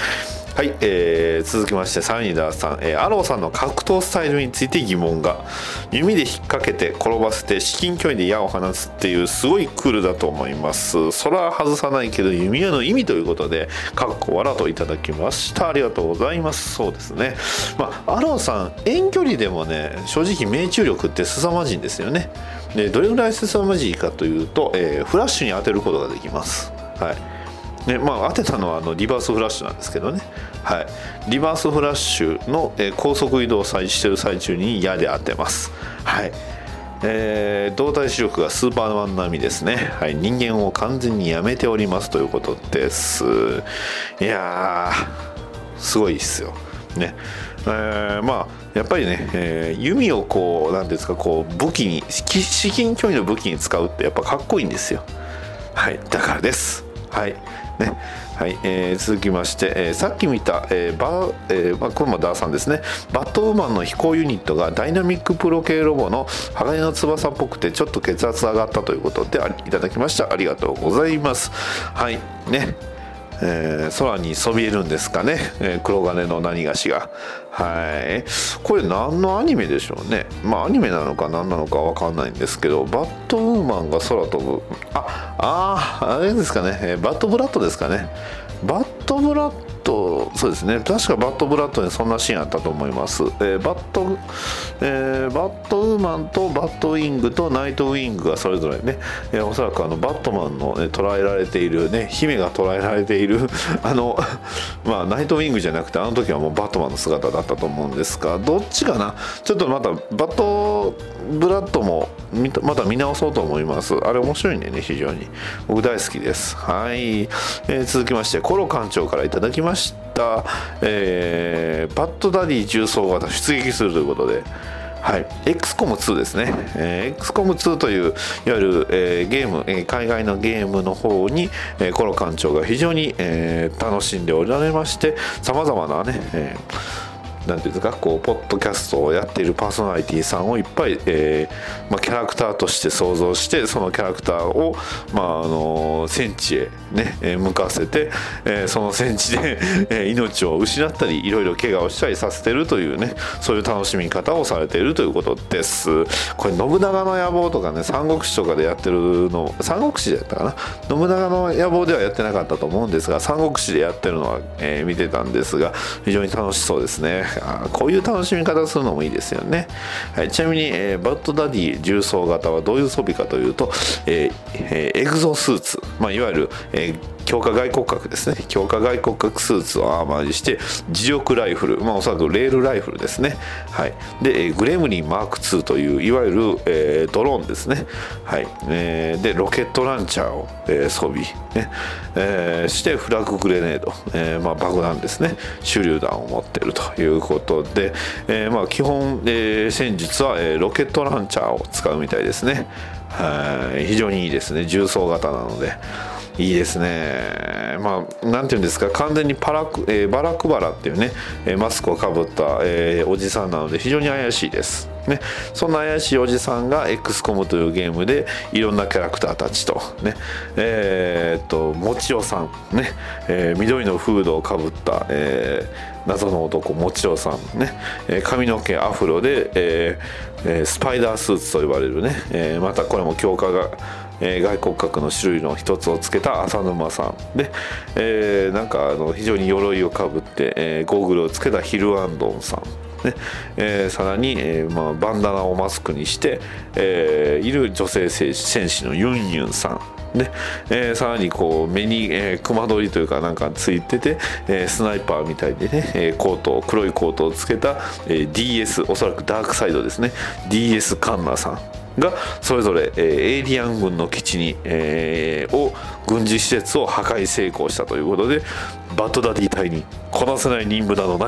はい、えー、続きましてサニーダーさん、えー、アローさんの格闘スタイルについて疑問が。弓で引っ掛けて転ばせて至近距離で矢を放つっていうすごいクールだと思います。それは外さないけど弓矢の意味ということでかっこわらといただきました。ありがとうございます。そうですね、まあ、アローさん遠距離でもね正直命中力って凄まじいんですよね。でどれぐらい凄まじいかというと、えー、フラッシュに当てることができます。はいねまあ、当てたのはあのリバースフラッシュなんですけどね、はい、リバースフラッシュの、えー、高速移動をしている最中に矢で当てます。はいえー、動体視力がスーパーマン並みですね、はい、人間を完全にやめておりますということです。いやーすごいですよね。えー、まあやっぱりね、えー、弓をこうなんですかこう武器に至近距離の武器に使うってやっぱかっこいいんですよ。はいだからです。はいねはいえー、続きまして、えー、さっき見た、えーバえーまあ、これもダーさんですね。バットウーマンの飛行ユニットがダイナミックプロ系ロボの鋼の翼っぽくてちょっと血圧上がったということでいただきました。ありがとうございます。はいねえー、空にそびえるんですかね、えー、黒金の何がしが。はいこれ何のアニメでしょうね。まあアニメなのか何なのか分かんないんですけどバットウーマンが空飛ぶあああれですかね、えー、バットブラッドですかね。バットブラッドそうですね確かバットブラッドにそんなシーンあったと思います。えー、バット、えー、バットウーマンとバットウィングとナイトウィングがそれぞれね、えー、おそらくあのバットマンの、ね、捉えられているね姫が捉えられているあのまあナイトウィングじゃなくてあの時はもうバットマンの姿だったと思うんですがどっちかなちょっとまたバットブラッドもまた見直そうと思います。あれ面白いんでね非常に僕大好きです。はい、えー、続きましてコロ館長からいただきました、えー、バッドダディ重装型出撃するということではい、エックスコムツー ですね、えー、エックスコムツー といういわゆる、えー、ゲーム、えー、海外のゲームの方に、えー、コロ館長が非常に、えー、楽しんでおられましてさまざまなね、えーなんていうんですかこうポッドキャストをやっているパーソナリティさんをいっぱい、えーまあ、キャラクターとして想像してそのキャラクターを、まあ、あの戦地へ、ね、向かせて、えー、その戦地で、えー、命を失ったりいろいろ怪我をしたりさせてるというねそういう楽しみ方をされているということです。これ信長の野望とかね三国志とかでやってるの三国志でやったかな信長の野望ではやってなかったと思うんですが三国志でやってるのは、えー、見てたんですが非常に楽しそうですね。あこういう楽しみ方するのもいいですよね。はい、ちなみに、えー、バッドダディ重装型はどういう装備かというと、えーえー、エグゾスーツ、まあ、いわゆる、えー強化外骨格ですね強化外骨格スーツをアーマーにして磁力ライフル、まあ、おそらくレールライフルですね、はい、でグレムリンマークツーといういわゆる、えー、ドローンですね、はいえー、でロケットランチャーを、えー、装備、ねえー、してフラッググレネード、えーまあ、爆弾ですね手榴弾を持っているということで、えーまあ、基本、えー、戦術は、えー、ロケットランチャーを使うみたいですね。はい非常にいいですね重装型なのでいいですね。まあなんていうんですか完全にパラク、えー、バラクバラっていうねマスクをかぶった、えー、おじさんなので非常に怪しいですね。そんな怪しいおじさんが エックスコム というゲームでいろんなキャラクターたちとねえー、っともちおさんね、えー、緑のフードをかぶった、えー、謎の男もちおさんね、えー、髪の毛アフロで、えーえー、スパイダースーツと呼ばれるね、えー、またこれも強化がえー、外骨格の種類の一つをつけた浅沼さんで、えー、なんかあの非常に鎧をかぶって、えー、ゴーグルをつけたヒルアンドンさんねえー、さらに、えーまあ、バンダナをマスクにして、えー、いる女性戦士のユンユンさんで、えー、さらにこう目に、えー、熊取りというかなんかついてて、えー、スナイパーみたいでね、えー、コート黒いコートをつけた、えー、ディーエス おそらくダークサイドですね ディーエス カンナさんがそれぞれ、えー、エイリアン軍の基地に、えー、を軍事施設を破壊成功したということでバッドダディ隊にこなせない任務などないっ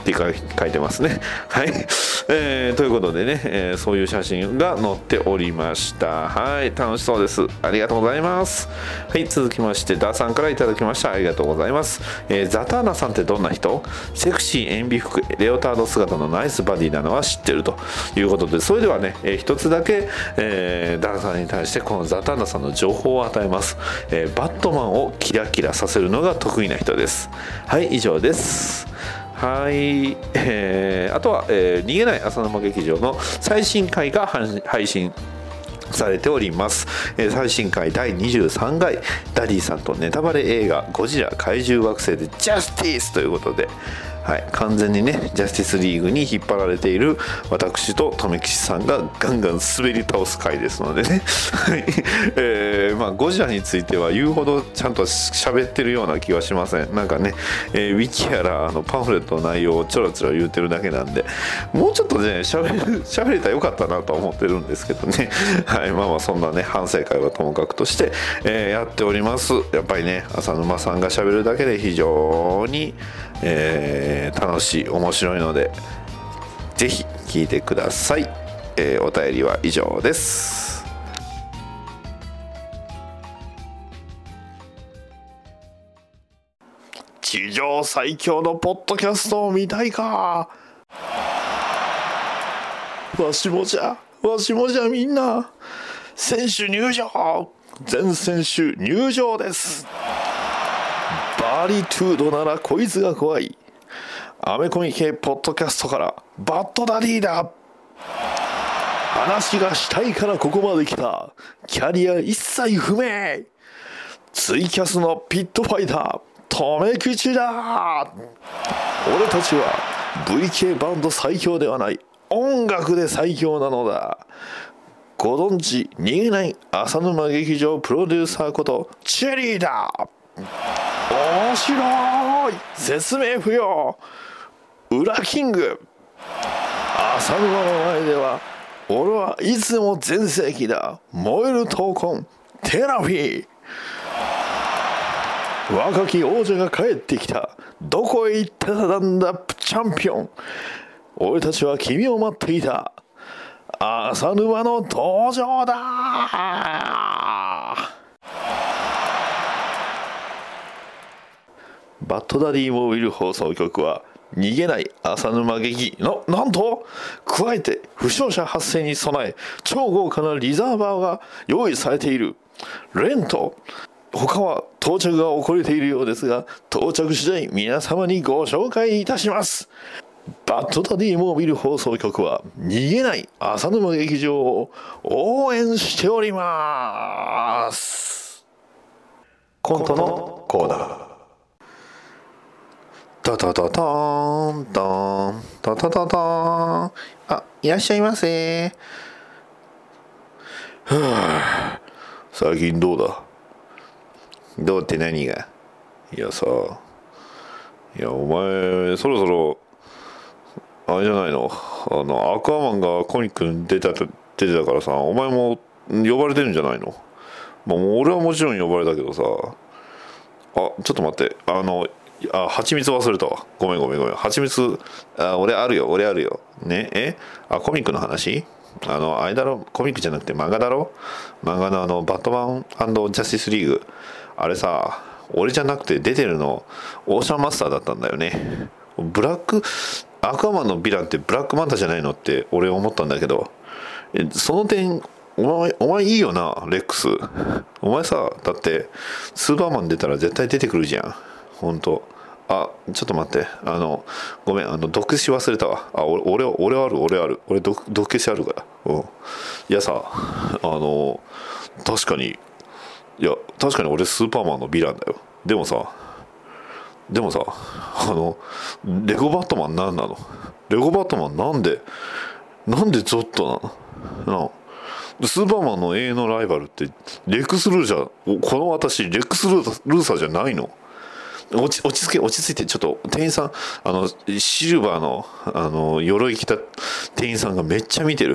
って書いてますね。はい、えー、ということでね、えー、そういう写真が載っておりました。はい、楽しそうです。ありがとうございます。はい、続きましてダーさんからいただきました。ありがとうございます。えー、ザターナさんってどんな人？セクシー塩ビ服レオタード姿のナイスバディなのは知ってるということで、それではね、えー、一つだけ、えー、ダーさんに対してこのザターナさんの情報を与えます。えー、バットマンをキラキラさせるのが得意な人です。はい、以上です。はい、えー、あとは、えー、逃げない浅沼劇場の最新回が配信されております。えー、最新回だいにじゅうさんかい、ダディさんとネタバレ映画ゴジラ怪獣惑星でジャスティスということで、はい、完全にねジャスティスリーグに引っ張られている私と留吉さんがガンガン滑り倒す回ですのでね、はいえーまあ、ゴジラについては言うほどちゃんと喋ってるような気はしません。なんかね、えー、ウィキやらあのパンフレットの内容をちょろちょろ言うてるだけなんで、もうちょっとね喋る喋れたらよかったなと思ってるんですけどね、はい、まあまあそんなね反省会はともかくとして、えー、やっております。やっぱりね浅沼さんが喋るだけで非常に、えー楽しい面白いのでぜひ聞いてください。えー、お便りは以上です。地上最強のポッドキャストを見たいか。わしもじゃわしもじゃみんな選手入場、全選手入場です。バーリトゥードならこいつが怖いアメコミ系ポッドキャストからバッドダディだ。話がしたいからここまで来た。キャリア一切不明。ツイキャスのピットファイター留吉だ。俺たちは ブイケー バンド最強ではない、音楽で最強なのだ。ご存知逃げない浅沼劇場プロデューサーことチェリーだ。面白い、説明不要、ウラキング。浅沼の前では俺はいつも全盛期だ。燃える闘魂テラフィー。若き王者が帰ってきた。どこへ行ってたんだチャンピオン。俺たちは君を待っていた。浅沼の登場だ。バッドダディモービル放送局は逃げない浅沼劇のなんと加えて負傷者発生に備え超豪華なリザーバーが用意されている。レント他は到着が遅れているようですが、到着次第皆様にご紹介いたします。バッドダディモービル放送局は逃げない浅沼劇場を応援しております。コントのコーナー。タタタターンターンタタタターン。あ、いらっしゃいませ。はあ、最近どうだ。どうって何が。いやさ、いやお前そろそろあれじゃないの、あのアクアマンがコミックに出た出てたからさ、お前も呼ばれてるんじゃないの。まあ、もう俺はもちろん呼ばれたけどさ、あ、ちょっと待って、あのあ、蜂蜜忘れたわ。ごめんごめんごめん。蜂蜜、あ、俺あるよ、俺あるよ。ね、えあ、コミックの話？あの、あれだろ、コミックじゃなくて漫画だろ？漫画のあの、バットマン&ジャスティスリーグ。あれさ、俺じゃなくて出てるの、オーシャンマスターだったんだよね。ブラック、アクアマンのヴィランってブラックマンタじゃないのって俺思ったんだけど、その点、お前、お前いいよな、レックス。お前さ、だって、スーパーマン出たら絶対出てくるじゃん。ほんと。あ、ちょっと待って。あの、ごめん、あの、毒消し忘れたわ。あ、俺、俺、俺ある、俺ある。俺毒、毒消しあるから。うん。いやさ、あの、確かに、いや、確かに俺スーパーマンのヴィランだよ。でもさ、でもさ、あの、レゴバットマン何なの？レゴバットマンなんで、なんでゾットなの？なあ、スーパーマンの永遠のライバルってレックス・ルーサー、この私レックス・ルーサーじゃないの？落ち、落ち着け、落ち着いて、ちょっと店員さん、あのシルバーのあの鎧着た店員さんがめっちゃ見てる。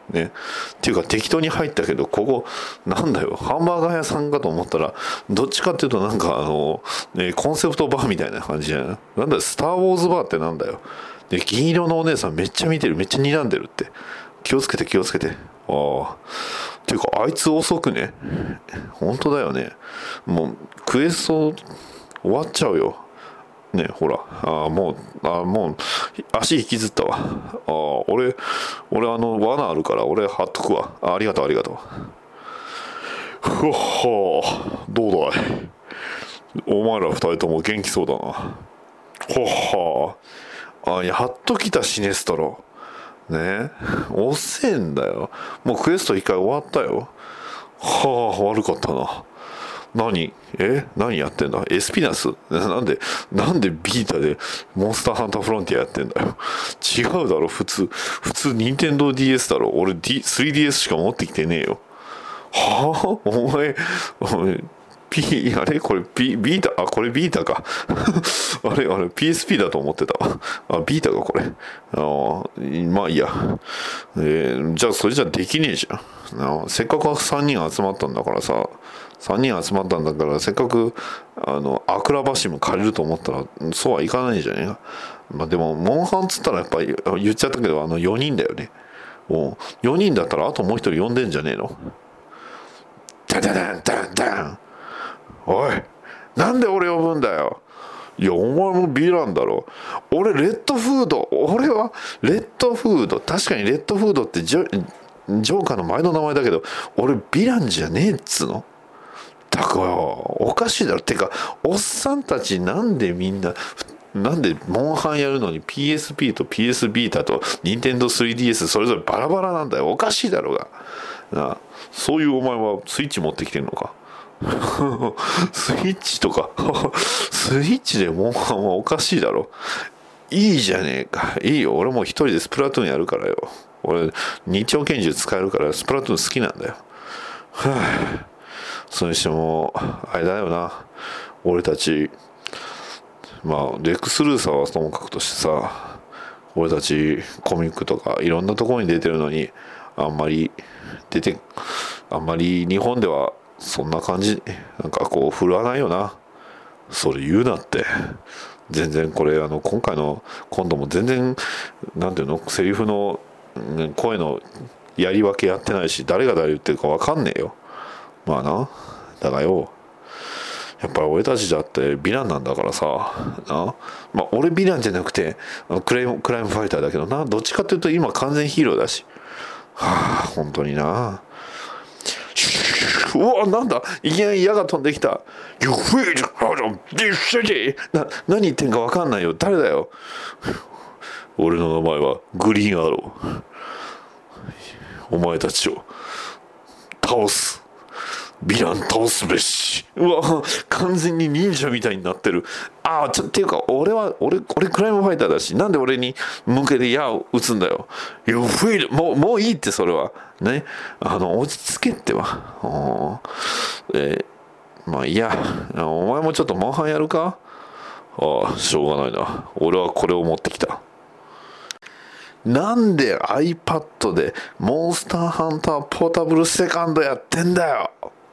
ね。っていうか適当に入ったけど、ここなんだよ、ハンバーガー屋さんかと思ったら、どっちかっていうとなんかあの、ね、コンセプトバーみたいな感じじゃない。なんだよ、スターウォーズバーってなんだよ。で、銀色のお姉さんめっちゃ見てる、めっちゃ睨んでるって。気をつけて気をつけて。ああ。っていうか、あいつ遅くね。本当だよね。もう、クエスト終わっちゃうよ。ね、ほら。ああ、もう、ああ、もう、足引きずったわ。ああ、俺、俺、あの、罠あるから、俺、貼っとくわ。あありがとう、ありがとう。ふわはどうだい。お前ら二人とも元気そうだな。ほはあ、やっと来たシネストロ。ね、遅えんだよ。もうクエスト一回終わったよ。はあ、悪かったな。何え何やってんだエスピナスなんで、なんでビータでモンスターハンターフロンティアやってんだよ。違うだろ、普通。普通、ニンテンドー ディーエス だろ。俺、D、スリーディーエス しか持ってきてねえよ。はあお前、お前、P、あれこれ、P、ビータ、あ、これビータか。あれあれ、ピーエスピー だと思ってたわ。あ、ビータか、これ。あまあいいや。えー、じゃあ、それじゃできねえじゃん。せっかくさんにん集まったんだからさ、さんにん集まったんだから、せっかく、あの、アクラバシム借りると思ったら、そうはいかないじゃねえか。まあでも、モンハンっつったらやっぱり、言っちゃったけど、あの、よにんだよね。もう、よにんだったら、あともう一人呼んでんじゃねえの。ダダダンダンダンおい、なんで俺呼ぶんだよ。いや、お前もヴィランだろ。俺、レッドフード。俺は、レッドフード。確かにレッドフードってジョ、ジョーカーの前の名前だけど、俺、ヴィランじゃねえっつの。だから、おかしいだろ。てか、おっさんたちなんでみんな、なんでモンハンやるのに ピーエスピー と ピーエス ビータと ニンテンドースリーディーエス それぞれバラバラなんだよ。おかしいだろうが。なあ、そういうお前はスイッチ持ってきてんのか。スイッチとかスイッチでモンハンはおかしいだろ。いいじゃねえか。いいよ、俺もう一人でスプラトゥーンやるからよ。俺二丁拳銃使えるからスプラトゥーン好きなんだよ。はあ、それにしてもあれだよな、俺たち、まあレックス・ルーサーはともかくとしてさ、俺たちコミックとかいろんなところに出てるのに、あんまり出てあんまり日本ではそんな感じ、なんかこう振るわないよな。それ言うなって。全然これあの今回の今度も全然なんていうの、セリフの声のやり分けやってないし、誰が誰言ってるか分かんねえよ。まあな、だからよ、やっぱり俺たちだってヴィランなんだからさな。まあ俺ヴィランじゃなくてクライムクライムファイターだけどな。どっちかっていうと今完全ヒーローだし。はあ、本当にな。うわ、なんだ、いきなり矢が飛んできた。You feed out of this city。な、何言ってんか分かんないよ。誰だよ。俺の名前はグリーンアロー。お前たちを倒す。ヴィラン倒すべし。うわ、完全に忍者みたいになってる。ああ、ちょっていうか、俺は俺俺クライムファイターだし、なんで俺に向けて矢を撃つんだよ。You feel、もうもういいって、それはね、あの落ち着けっては。えー、まあいいや、お前もちょっとモンハンやるか。ああ、しょうがないな。俺はこれを持ってきた。なんで iPad でモンスターハンターポータブルセカンドやってんだよ。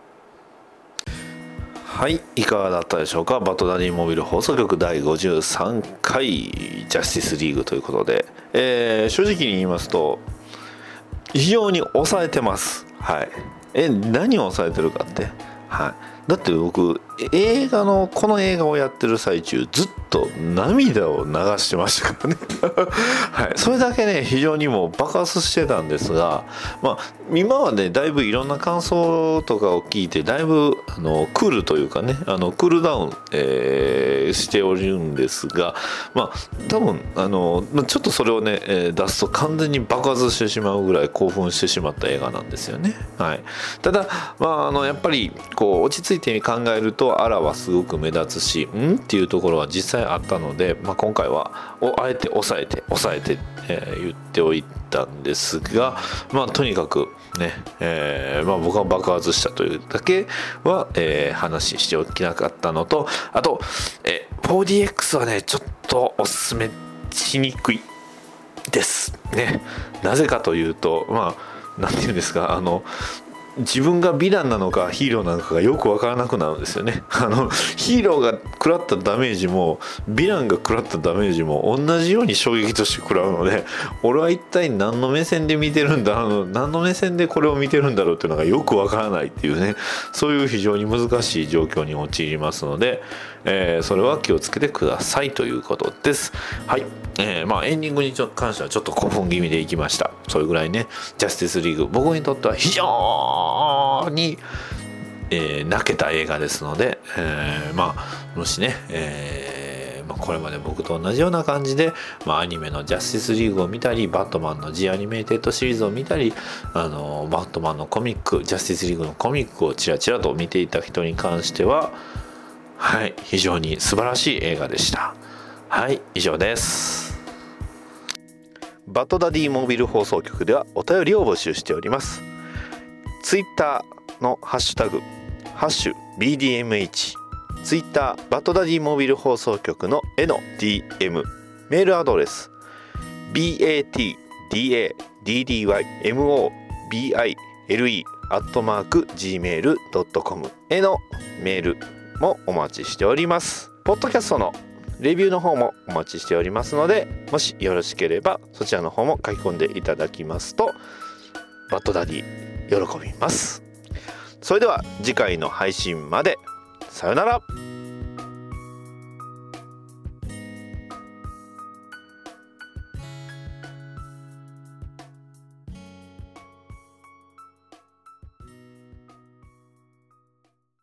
はい、いかがだったでしょうか。バトダディモビル放送局だいごじゅうさんかいジャスティスリーグということで、えー、正直に言いますと非常に抑えてます。はい。え、何を抑えてるかって、はい、だって僕映画のこの映画をやってる最中ずっと涙を流してましたからねはい、それだけね非常にもう爆発してたんですが、まあ今はねだいぶいろんな感想とかを聞いてだいぶあのクールというかね、あのクールダウン、えー、しておるんですが、まあ多分あのちょっとそれをね、えー、出すと完全に爆発してしまうぐらい興奮してしまった映画なんですよね。はい、ただまああのやっぱりこう落ち着いて考えるとアラはすごく目立つし、んっていうところは実際あったので、まあ、今回はあえて抑えて抑えて、えー、言っておいたんですが、まあとにかくね、えーまあ、僕は爆発したというだけは、えー、話しておきなかったのと、あと、えー、フォーディーエックス はねちょっとおすすめしにくいですね。なぜかというと、まあなんていうんですか、あの自分がヴィランなのかヒーローなのかがよく分からなくなるんですよね。あのヒーローが食らったダメージもヴィランが食らったダメージも同じように衝撃として食らうので、俺は一体何の目線で見てるんだ、何の目線でこれを見てるんだろうっていうのがよく分からないっていうね、そういう非常に難しい状況に陥りますので、えー、それは気をつけてくださいということです。はい、えー、まあエンディングに関してはちょっと興奮気味でいきました。それぐらいね、ジャスティスリーグ僕にとっては非常に、えー、泣けた映画ですので、えー、まあもしね、えーまあ、これまで僕と同じような感じで、まあ、アニメのジャスティスリーグを見たり、バットマンの ジー アニメーテッドシリーズを見たり、あのバットマンのコミック、ジャスティスリーグのコミックをちらちらと見ていた人に関しては、はい、非常に素晴らしい映画でした。はい、以上です。バトダディモビル放送局ではお便りを募集しております。ツイッターのハッシュタグハッシュ ビーディーエムエイチ、 ツイッターバトダディモビル放送局のへの ディーエム、 メールアドレス バトダディモビル アットマーク ジーメール ドットコム へのメールもお待ちしております。ポッドキャストのレビューの方もお待ちしておりますので、もしよろしければそちらの方も書き込んでいただきますとバッドダディ喜びます。それでは次回の配信まで、さよなら。